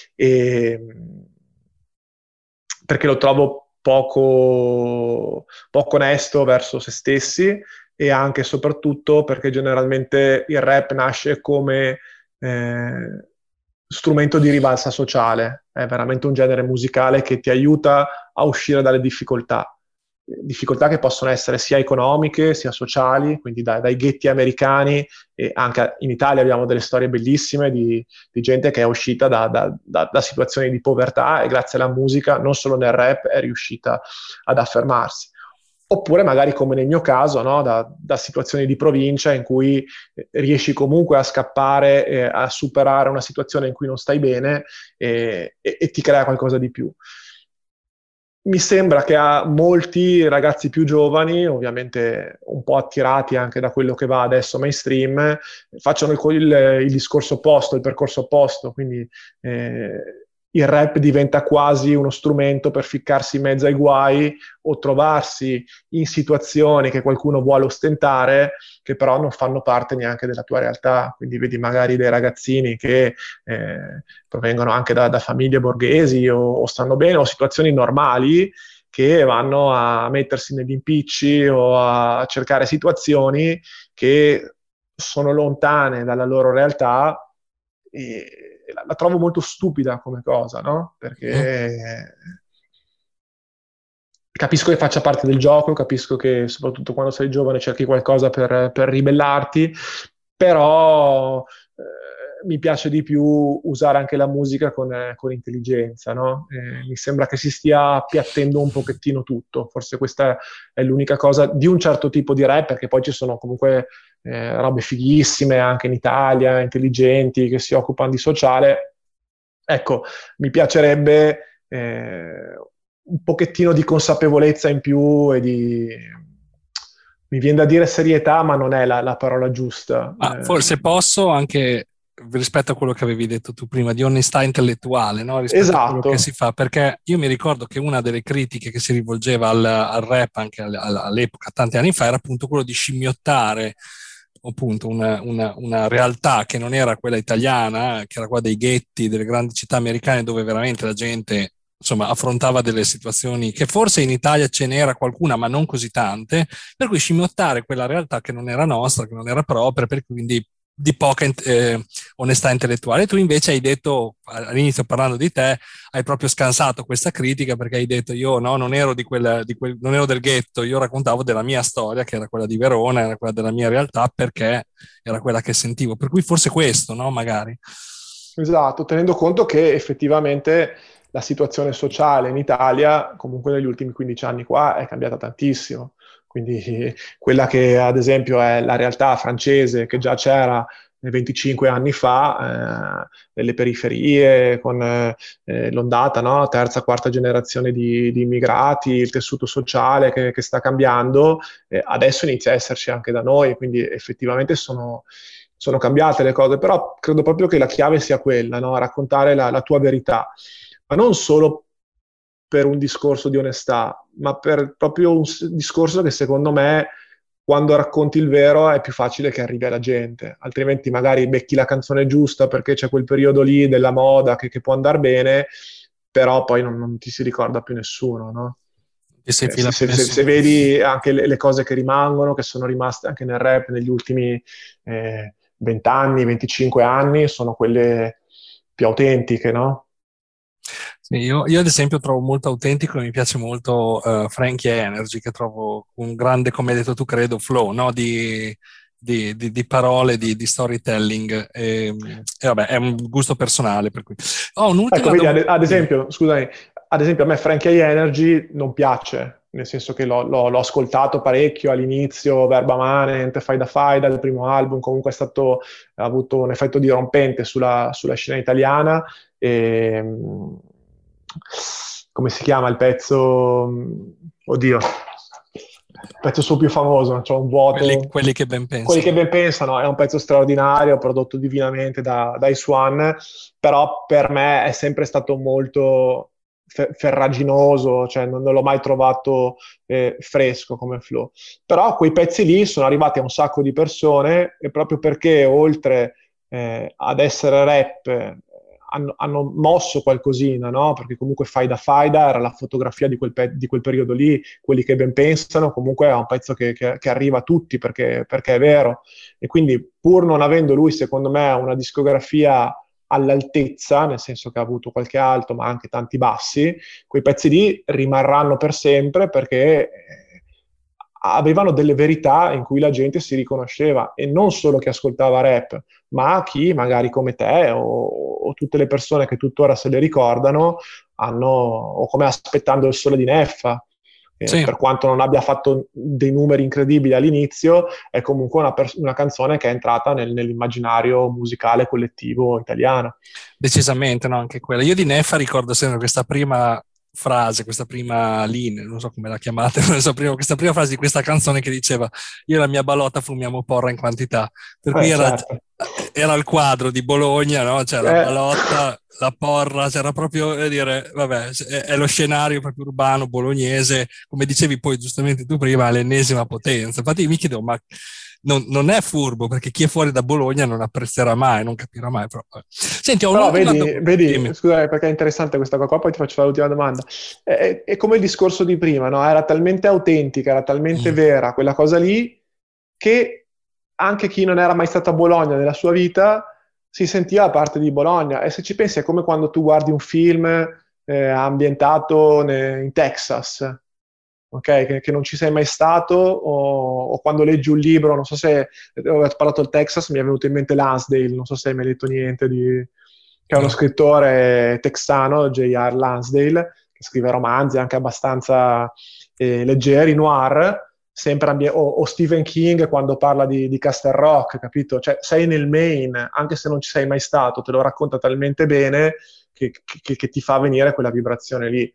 perché lo trovo poco onesto verso se stessi, e anche e soprattutto perché generalmente il rap nasce come strumento di rivalsa sociale, è veramente un genere musicale che ti aiuta a uscire dalle difficoltà, difficoltà che possono essere sia economiche sia sociali, quindi dai ghetti americani, e anche in Italia abbiamo delle storie bellissime di gente che è uscita da situazioni di povertà e grazie alla musica, non solo nel rap, è riuscita ad affermarsi. Oppure magari come nel mio caso, no? Da situazioni di provincia in cui riesci comunque a scappare, a superare una situazione in cui non stai bene e ti crea qualcosa di più. Mi sembra che a molti ragazzi più giovani, ovviamente un po' attirati anche da quello che va adesso mainstream, facciano il discorso opposto, il percorso opposto, quindi il rap diventa quasi uno strumento per ficcarsi in mezzo ai guai o trovarsi in situazioni che qualcuno vuole ostentare, che però non fanno parte neanche della tua realtà. Quindi vedi magari dei ragazzini che provengono anche da famiglie borghesi o stanno bene, o situazioni normali, che vanno a mettersi negli impicci o a cercare situazioni che sono lontane dalla loro realtà, e la trovo molto stupida come cosa, no? Perché capisco che faccia parte del gioco, capisco che soprattutto quando sei giovane cerchi qualcosa per ribellarti, però mi piace di più usare anche la musica con intelligenza, no? Mi sembra che si stia appiattendo un pochettino tutto, forse questa è l'unica cosa di un certo tipo di rap, perché poi ci sono comunque robe fighissime anche in Italia, intelligenti, che si occupano di sociale. Ecco, mi piacerebbe un pochettino di consapevolezza in più e mi viene da dire serietà, ma non è la parola giusta. Forse posso anche rispetto a quello che avevi detto tu prima, di onestà intellettuale, no? Rispetto a quello che si fa, perché io mi ricordo che una delle critiche che si rivolgeva al rap anche all'epoca, tanti anni fa, era appunto quello di scimmiottare appunto una realtà che non era quella italiana, che era quella dei ghetti, delle grandi città americane, dove veramente la gente, insomma, affrontava delle situazioni che forse in Italia ce n'era qualcuna, ma non così tante, per cui scimmiottare quella realtà che non era nostra, che non era propria, per cui quindi di poca onestà intellettuale. Tu invece hai detto, all'inizio parlando di te, hai proprio scansato questa critica, perché hai detto io no, non ero non ero del ghetto, io raccontavo della mia storia, che era quella di Verona, era quella della mia realtà, perché era quella che sentivo. Per cui forse questo, no? Magari. Esatto, tenendo conto che effettivamente la situazione sociale in Italia, comunque negli ultimi 15 anni qua, è cambiata tantissimo. Quindi quella che ad esempio è la realtà francese, che già c'era 25 anni fa, nelle periferie, con l'ondata, no? Terza, quarta generazione di immigrati, il tessuto sociale che sta cambiando, adesso inizia a esserci anche da noi, quindi effettivamente sono cambiate le cose, però credo proprio che la chiave sia quella, no? Raccontare la tua verità, ma non solo per un discorso di onestà, ma per proprio un discorso che secondo me, quando racconti il vero, è più facile che arrivi alla gente, altrimenti magari becchi la canzone giusta perché c'è quel periodo lì della moda che può andare bene, però poi non ti si ricorda più nessuno, no? Se vedi anche le cose che rimangono, che sono rimaste anche nel rap negli ultimi 20 anni, 25 anni, sono quelle più autentiche, no? Sì, io ad esempio trovo molto autentico e mi piace molto Frankie Energy, che trovo un grande, come hai detto tu, credo, flow, no? Di parole, di storytelling. E vabbè, è un gusto personale. Per cui. Ho un'ultima Ecco, vedi, domanda. ad esempio, scusami, ad esempio a me Frankie Energy non piace, nel senso che l'ho ascoltato parecchio all'inizio, Verba Manent, Faida Faida, il primo album, comunque ha avuto un effetto dirompente sulla scena italiana. E, come si chiama il pezzo? Oddio, il pezzo suo più famoso, c'è un vuoto. Quelli che ben pensano. Quelli che ben pensano, è un pezzo straordinario, prodotto divinamente da Swan, però per me è sempre stato molto ferraginoso, cioè non l'ho mai trovato fresco come flow. Però quei pezzi lì sono arrivati a un sacco di persone, e proprio perché oltre ad essere rap hanno mosso qualcosina, no? Perché comunque Faida era la fotografia di quel periodo lì, quelli che ben pensano, comunque è un pezzo che arriva a tutti perché è vero. E quindi, pur non avendo lui, secondo me, una discografia all'altezza, nel senso che ha avuto qualche alto, ma anche tanti bassi, quei pezzi lì rimarranno per sempre perché avevano delle verità in cui la gente si riconosceva, e non solo chi ascoltava rap, ma chi magari come te o tutte le persone che tuttora se le ricordano o come Aspettando il sole di Neffa. Sì. Per quanto non abbia fatto dei numeri incredibili all'inizio, è comunque una canzone che è entrata nell'immaginario musicale collettivo italiano. Decisamente, no, anche quella. Io di Neffa ricordo sempre questa prima frase, questa prima linea, non so come la chiamate, questa prima frase di questa canzone che diceva: io e la mia ballotta fumiamo porra in quantità. Per cui Certo. era il quadro di Bologna, no? C'era la ballotta, la porra, c'era proprio, dire, vabbè, è lo scenario proprio urbano bolognese, come dicevi poi giustamente tu prima, all'ennesima potenza. Infatti mi chiedevo, ma non è furbo, perché chi è fuori da Bologna non apprezzerà mai, non capirà mai. Però. Senti, ho Però un'ultima vedi, scusa, perché è interessante questa qua, poi ti faccio l'ultima domanda. È come il discorso di prima, no? Era talmente autentica, era talmente vera quella cosa lì, che anche chi non era mai stato a Bologna nella sua vita si sentiva parte di Bologna. E se ci pensi è come quando tu guardi un film ambientato in Texas, ok? Che non ci sei mai stato, o quando leggi un libro, non so se ho parlato del Texas, mi è venuto in mente Lansdale, non so se hai mai letto niente che è uno scrittore texano, J.R. Lansdale, che scrive romanzi anche abbastanza leggeri, noir, sempre o Stephen King quando parla di Castle Rock, capito? Cioè sei nel Maine, anche se non ci sei mai stato, te lo racconta talmente bene che ti fa venire quella vibrazione lì.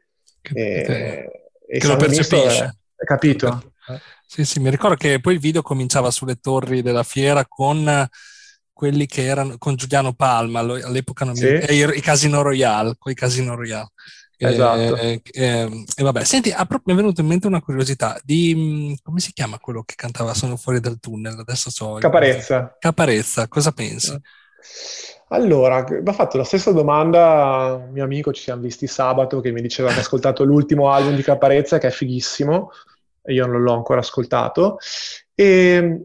Che lo Sangue Misto percepisce. capito? Sì, mi ricordo che poi il video cominciava sulle torri della fiera con quelli che erano con Giuliano Palma, all'epoca non mi ricordo, i Casino Royale, con i Casino Royale. Esatto. E vabbè, senti, mi è venuta in mente una curiosità di come si chiama quello che cantava Sono fuori dal tunnel? Adesso so. Caparezza. Caparezza, cosa pensi? Allora, mi ha fatto la stessa domanda un mio amico, ci siamo visti sabato, che mi diceva che ha ascoltato l'ultimo album di Caparezza, che è fighissimo, e io non l'ho ancora ascoltato. E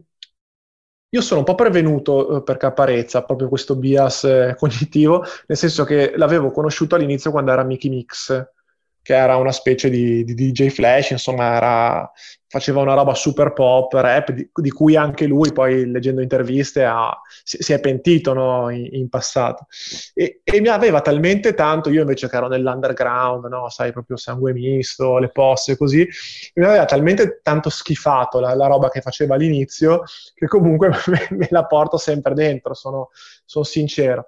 io sono un po' prevenuto per Caparezza, proprio questo bias cognitivo, nel senso che l'avevo conosciuto all'inizio quando era Mickey Mix, che era una specie di DJ Flash, insomma, faceva una roba super pop, rap, di cui anche lui, poi leggendo interviste, si è pentito, no, in passato. E mi aveva talmente tanto, io invece che ero nell'underground, no, sai, proprio Sangue Misto, le posse, così, mi aveva talmente tanto schifato la roba che faceva all'inizio, che comunque me la porto sempre dentro, sono sincero.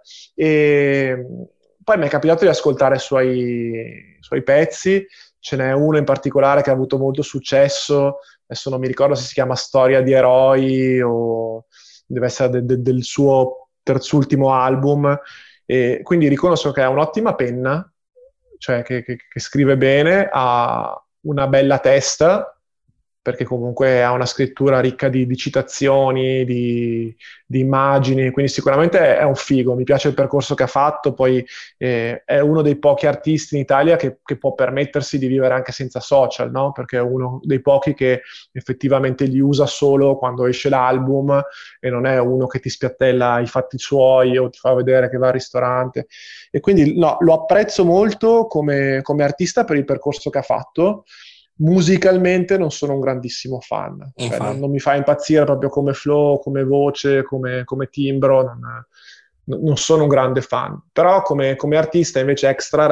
E poi mi è capitato di ascoltare i suoi pezzi, ce n'è uno in particolare che ha avuto molto successo, adesso non mi ricordo se si chiama Storia di eroi o deve essere del suo terzultimo album, e quindi riconosco che ha un'ottima penna, cioè che scrive bene, ha una bella testa, perché comunque ha una scrittura ricca di citazioni, di immagini, quindi sicuramente è un figo, mi piace il percorso che ha fatto, poi è uno dei pochi artisti in Italia che può permettersi di vivere anche senza social, no? Perché è uno dei pochi che effettivamente li usa solo quando esce l'album, e non è uno che ti spiattella i fatti suoi o ti fa vedere che va al ristorante. E quindi no, lo apprezzo molto come artista per il percorso che ha fatto. Musicalmente non sono un grandissimo fan, cioè non mi fa impazzire proprio come flow, come voce, come timbro, non sono un grande fan, però come artista invece extra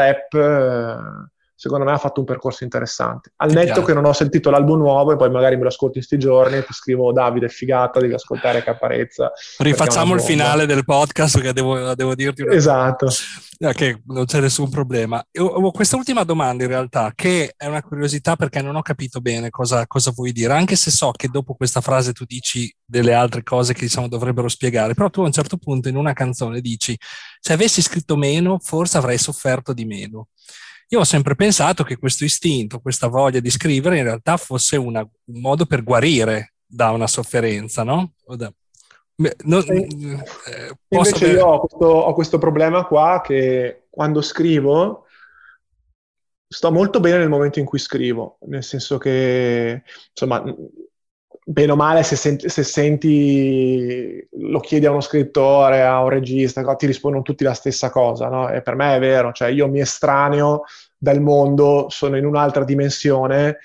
rap, secondo me ha fatto un percorso interessante. Al netto che non ho sentito l'album nuovo, e poi magari me lo ascolto in sti giorni e ti scrivo: Davide, figata, devi ascoltare Caparezza. Rifacciamo il finale del podcast, che devo dirti una esatto. cosa, che non c'è nessun problema. Ho questa ultima domanda in realtà, che è una curiosità, perché non ho capito bene cosa vuoi dire, anche se so che dopo questa frase tu dici delle altre cose che diciamo dovrebbero spiegare, però tu a un certo punto in una canzone dici: se avessi scritto meno forse avrei sofferto di meno. Io ho sempre pensato che questo istinto, questa voglia di scrivere in realtà fosse un modo per guarire da una sofferenza, no? Invece io ho questo problema qua, che quando scrivo sto molto bene nel momento in cui scrivo, nel senso che insomma bene o male, se senti, lo chiedi a uno scrittore, a un regista, ti rispondono tutti la stessa cosa, no? E per me è vero, cioè io mi estraneo dal mondo, sono in un'altra dimensione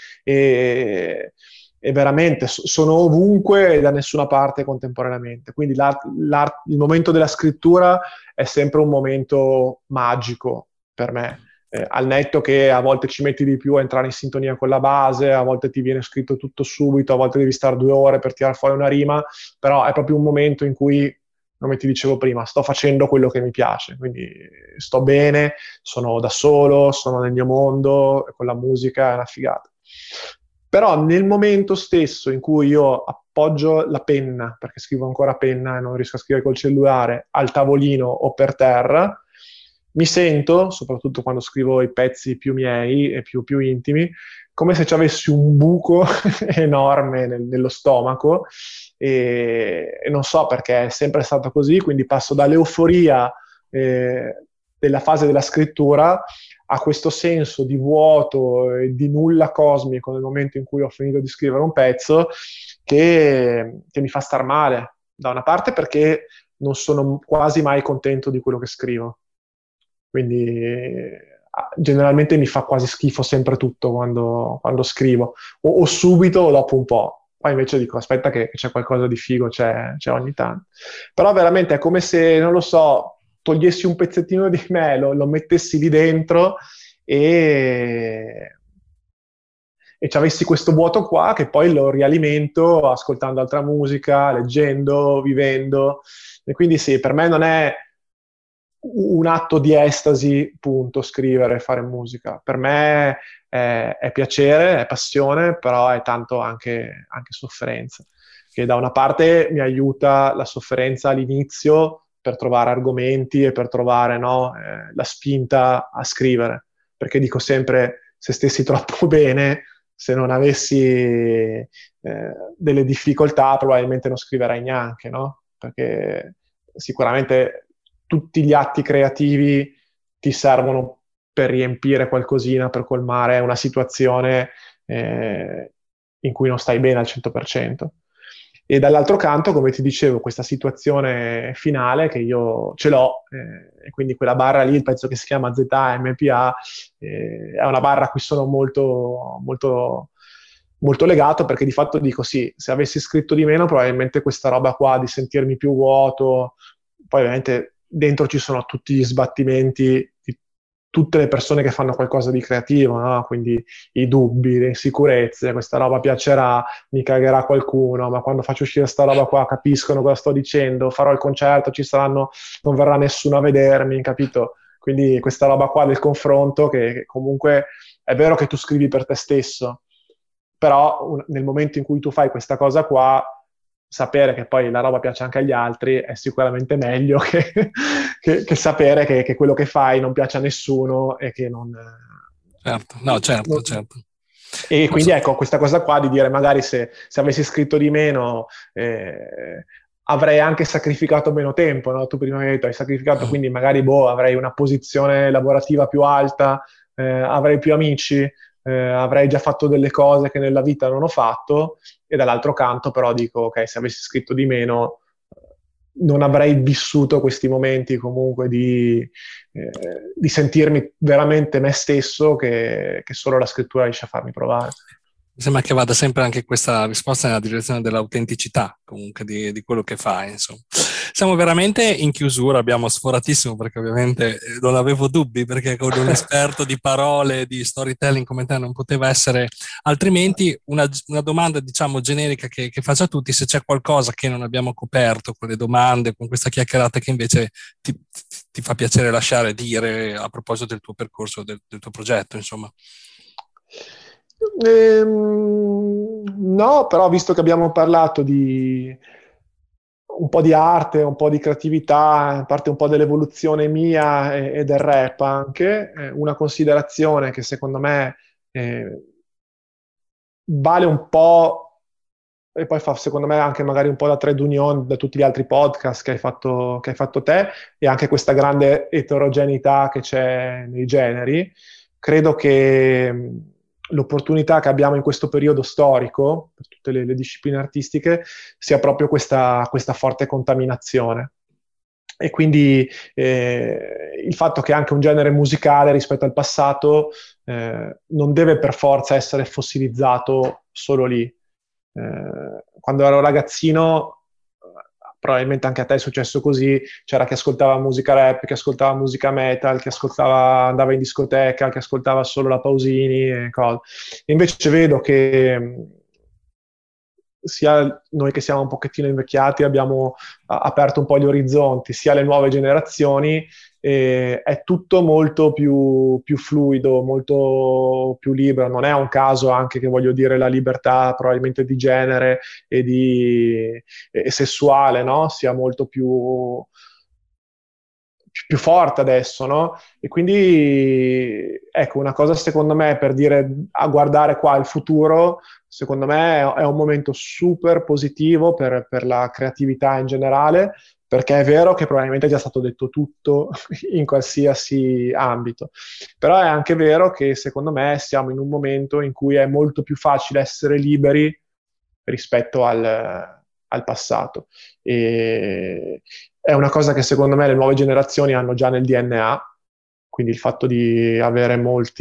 e veramente sono ovunque e da nessuna parte contemporaneamente. Quindi il momento della scrittura è sempre un momento magico per me. Al netto che a volte ci metti di più a entrare in sintonia con la base, a volte ti viene scritto tutto subito, a volte devi stare 2 ore per tirare fuori una rima, però è proprio un momento in cui, come ti dicevo prima, sto facendo quello che mi piace, quindi sto bene, sono da solo, sono nel mio mondo, con la musica è una figata. Però nel momento stesso in cui io appoggio la penna, perché scrivo ancora a penna e non riesco a scrivere col cellulare, al tavolino o per terra, mi sento, soprattutto quando scrivo i pezzi più miei e più intimi, come se ci avessi un buco enorme nello stomaco e non so perché è sempre stato così, quindi passo dall'euforia della fase della scrittura a questo senso di vuoto e di nulla cosmico nel momento in cui ho finito di scrivere un pezzo che mi fa star male, da una parte perché non sono quasi mai contento di quello che scrivo. Quindi generalmente mi fa quasi schifo sempre tutto quando scrivo, o subito o dopo un po'. Poi invece dico, aspetta che c'è qualcosa di figo, c'è ogni tanto. Però veramente è come se, non lo so, togliessi un pezzettino di me, lo mettessi lì dentro e ci avessi questo vuoto qua che poi lo rialimento ascoltando altra musica, leggendo, vivendo. E quindi sì, per me non è un atto di estasi, punto, scrivere, fare musica. Per me è piacere, è passione, però è tanto anche sofferenza. Che da una parte mi aiuta la sofferenza all'inizio per trovare argomenti e per trovare la spinta a scrivere. Perché dico sempre, se stessi troppo bene, se non avessi delle difficoltà, probabilmente non scriverei neanche, no? Perché sicuramente tutti gli atti creativi ti servono per riempire qualcosina, per colmare una situazione in cui non stai bene al 100%. E dall'altro canto, come ti dicevo, questa situazione finale che io ce l'ho, e quindi quella barra lì, il pezzo che si chiama ZMPA, è una barra a cui sono molto, molto, molto legato, perché di fatto dico sì, se avessi scritto di meno, probabilmente questa roba qua di sentirmi più vuoto, poi ovviamente dentro ci sono tutti gli sbattimenti di tutte le persone che fanno qualcosa di creativo, no? Quindi i dubbi, le insicurezze, questa roba piacerà, mi cagherà qualcuno, ma quando faccio uscire sta roba qua capiscono cosa sto dicendo, farò il concerto, non verrà nessuno a vedermi, capito? Quindi questa roba qua del confronto che comunque è vero che tu scrivi per te stesso, però nel momento in cui tu fai questa cosa qua, sapere che poi la roba piace anche agli altri è sicuramente meglio che sapere che quello che fai non piace a nessuno e che non... Certo, no, certo, certo. E quindi ecco, questa cosa qua di dire magari se avessi scritto di meno avrei anche sacrificato meno tempo, no? Tu prima mi hai detto hai sacrificato, quindi magari avrei una posizione lavorativa più alta, avrei più amici, avrei già fatto delle cose che nella vita non ho fatto, e dall'altro canto però dico, ok, se avessi scritto di meno non avrei vissuto questi momenti comunque di sentirmi veramente me stesso che solo la scrittura riesce a farmi provare. Mi sembra che vada sempre anche questa risposta nella direzione dell'autenticità, comunque, di quello che fai, insomma. Siamo veramente in chiusura, abbiamo sforatissimo perché ovviamente non avevo dubbi, perché con un esperto di parole, di storytelling come te non poteva essere altrimenti. Una domanda, diciamo, generica che faccio a tutti: se c'è qualcosa che non abbiamo coperto con le domande, con questa chiacchierata, che invece ti fa piacere lasciare dire a proposito del tuo percorso, del tuo progetto, insomma. No, però visto che abbiamo parlato di un po' di arte, un po' di creatività, a parte un po' dell'evoluzione mia e del rap anche, una considerazione che secondo me vale un po', e poi fa secondo me anche magari un po' da trade union da tutti gli altri podcast che hai fatto te, e anche questa grande eterogeneità che c'è nei generi. Credo che l'opportunità che abbiamo in questo periodo storico, per tutte le discipline artistiche, sia proprio questa forte contaminazione. E quindi il fatto che anche un genere musicale rispetto al passato non deve per forza essere fossilizzato solo lì. Quando ero ragazzino, probabilmente anche a te è successo così, c'era chi ascoltava musica rap, chi ascoltava musica metal, chi andava in discoteca, chi ascoltava solo la Pausini e cose. Invece vedo che sia noi che siamo un pochettino invecchiati abbiamo aperto un po' gli orizzonti, sia le nuove generazioni, è tutto molto più fluido, molto più libero. Non è un caso anche che, voglio dire, la libertà probabilmente di genere e sessuale, no? Sia molto più forte adesso, no? E quindi, ecco, una cosa secondo me per dire a guardare qua il futuro, secondo me è un momento super positivo per la creatività in generale, perché è vero che probabilmente è già stato detto tutto in qualsiasi ambito, però è anche vero che secondo me siamo in un momento in cui è molto più facile essere liberi rispetto al passato. E è una cosa che secondo me le nuove generazioni hanno già nel DNA, quindi il fatto di avere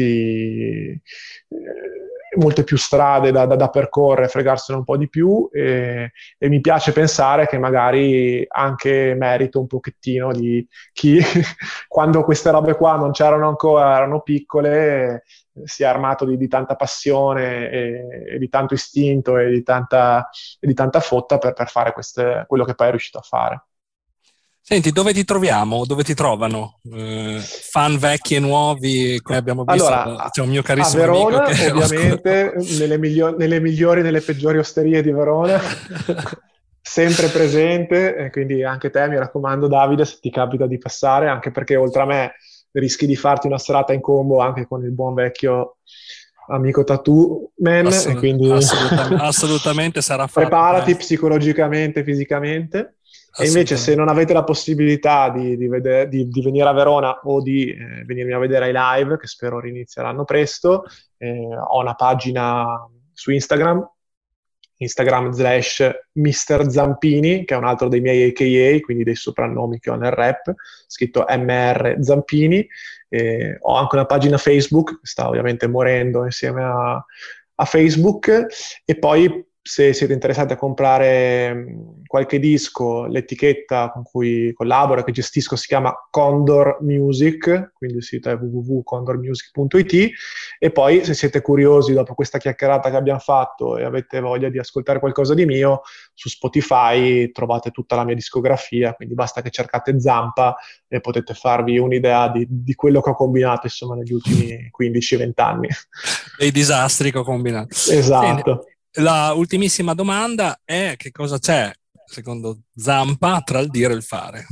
molte più strade da percorrere, fregarsene un po' di più, e mi piace pensare che magari anche merito un pochettino di chi quando queste robe qua non c'erano ancora, erano piccole, si è armato di tanta passione e di tanto istinto e di tanta fotta per fare quello che poi è riuscito a fare. Senti, dove ti troviamo? Dove ti trovano? Fan vecchi e nuovi, come abbiamo visto, Allora, c'è un mio a carissimo amico Verona, che ovviamente, nelle migliori e nelle peggiori osterie di Verona, sempre presente, e quindi anche te, mi raccomando, Davide, se ti capita di passare, anche perché oltre a me rischi di farti una serata in combo anche con il buon vecchio amico Tattoo Man, e quindi assolutamente sarà fatto preparati presto. psicologicamente, fisicamente. E invece, se Assolutamente. non avete la possibilità di venire a Verona o di venirmi a vedere ai live, che spero rinizieranno presto, ho una pagina su Instagram / Mr. Zampini, che è un altro dei miei AKA, quindi dei soprannomi che ho nel rap, scritto MR Zampini. Ho anche una pagina Facebook, che sta ovviamente morendo insieme a Facebook, e poi se siete interessati a comprare qualche disco, l'etichetta con cui collaboro e che gestisco si chiama Condor Music, quindi il sito è www.condormusic.it. E poi, se siete curiosi dopo questa chiacchierata che abbiamo fatto e avete voglia di ascoltare qualcosa di mio, su Spotify trovate tutta la mia discografia, quindi basta che cercate Zampa e potete farvi un'idea di quello che ho combinato, insomma, negli ultimi 15-20 anni. Dei disastri che ho combinato. Senti, Esatto. la ultimissima domanda è: che cosa c'è, secondo Zampa, tra il dire e il fare?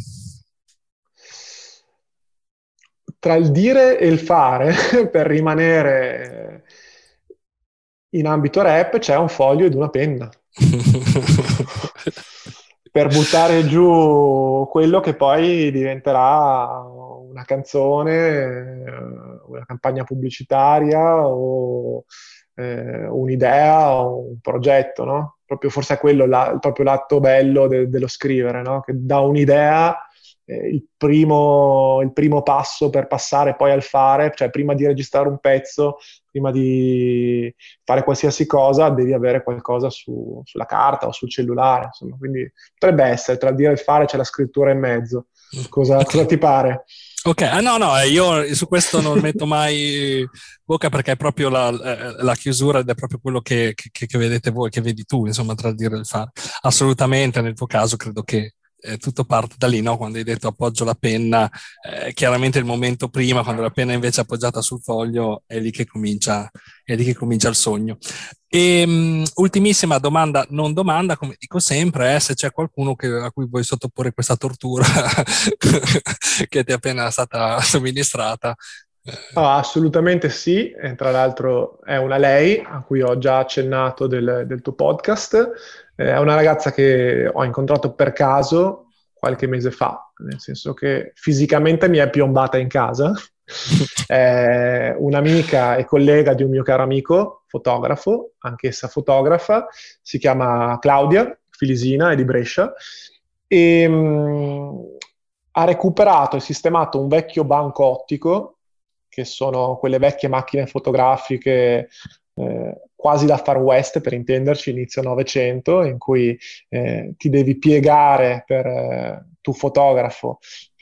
Tra il dire e il fare, per rimanere in ambito rap, c'è un foglio ed una penna. Per buttare giù quello che poi diventerà una canzone, una campagna pubblicitaria o un'idea o un progetto, no? Proprio forse è quello proprio l'atto bello dello scrivere, no? Che da un'idea il primo passo per passare poi al fare, cioè prima di registrare un pezzo, prima di fare qualsiasi cosa, devi avere qualcosa sulla carta o sul cellulare, insomma. Quindi potrebbe essere, tra il dire e il fare c'è la scrittura in mezzo. Cosa ti pare? Ok, no, io su questo non metto mai bocca, perché è proprio la chiusura ed è proprio quello che vedete voi, che vedi tu, insomma, tra il dire e il fare. Assolutamente, nel tuo caso credo che tutto parte da lì, no? Quando hai detto appoggio la penna, chiaramente il momento prima, quando la penna invece è appoggiata sul foglio, è lì che comincia il sogno. E ultimissima domanda, non domanda, come dico sempre, se c'è qualcuno a cui vuoi sottoporre questa tortura che ti è appena stata somministrata. Assolutamente sì, e tra l'altro è una lei a cui ho già accennato del tuo podcast. È una ragazza che ho incontrato per caso qualche mese fa, nel senso che fisicamente mi è piombata in casa È un'amica e collega di un mio caro amico, fotografo, anch'essa fotografa, si chiama Claudia Filisina, è di Brescia, e ha recuperato e sistemato un vecchio banco ottico, che sono quelle vecchie macchine fotografiche quasi da Far West, per intenderci, inizio Novecento, in cui ti devi piegare tu fotografo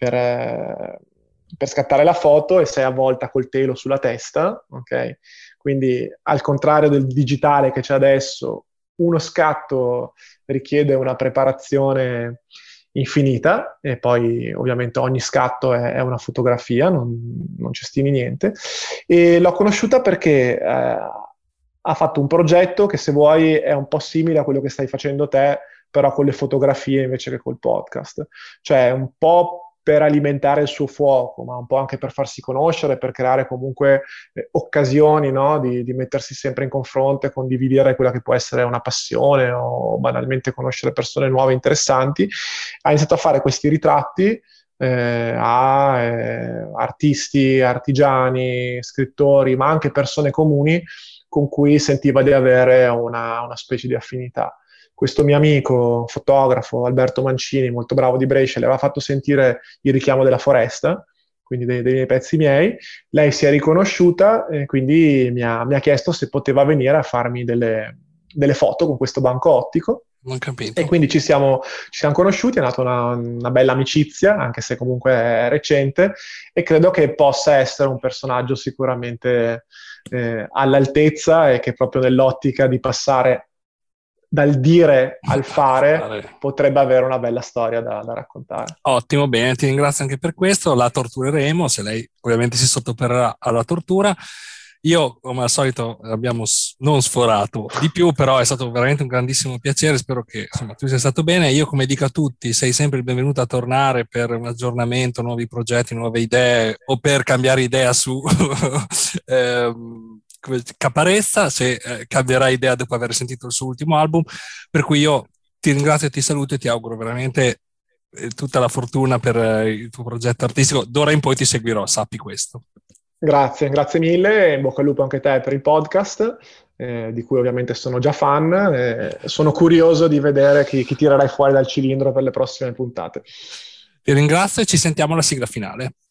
per scattare la foto e sei avvolta col telo sulla testa, ok? Quindi al contrario del digitale che c'è adesso, uno scatto richiede una preparazione infinita e poi ovviamente ogni scatto è una fotografia, non ci stimi niente. E l'ho conosciuta perché ha fatto un progetto che, se vuoi, è un po' simile a quello che stai facendo te, però con le fotografie invece che col podcast. Cioè un po' per alimentare il suo fuoco, ma un po' anche per farsi conoscere, per creare comunque occasioni, no? di mettersi sempre in confronto e condividere quella che può essere una passione o banalmente conoscere persone nuove interessanti. Ha iniziato a fare questi ritratti a artisti, artigiani, scrittori, ma anche persone comuni con cui sentiva di avere una specie di affinità. Questo mio amico fotografo, Alberto Mancini, molto bravo di Brescia, le aveva fatto sentire Il richiamo della foresta, quindi dei miei pezzi miei. Lei si è riconosciuta e quindi mi ha chiesto se poteva venire a farmi delle foto con questo banco ottico. Non capito. E quindi ci siamo conosciuti, è nata una bella amicizia, anche se comunque è recente, e credo che possa essere un personaggio sicuramente all'altezza, e che proprio nell'ottica di passare dal dire al fare potrebbe avere una bella storia da raccontare. Ottimo, bene, ti ringrazio anche per questo. La tortureremo, se lei ovviamente si sottoporrà alla tortura. Io, come al solito, abbiamo non sforato di più, però è stato veramente un grandissimo piacere. Spero che, insomma, tu sia stato bene. Io, come dico a tutti, sei sempre il benvenuto a tornare per un aggiornamento, nuovi progetti, nuove idee, o per cambiare idea su Caparezza, se cambierà idea dopo aver sentito il suo ultimo album. Per cui io ti ringrazio e ti saluto e ti auguro veramente tutta la fortuna per il tuo progetto artistico. D'ora in poi ti seguirò, sappi questo. Grazie mille, in bocca al lupo anche a te per il podcast, di cui ovviamente sono già fan. Sono curioso di vedere chi tirerai fuori dal cilindro per le prossime puntate. Ti ringrazio e ci sentiamo alla sigla finale.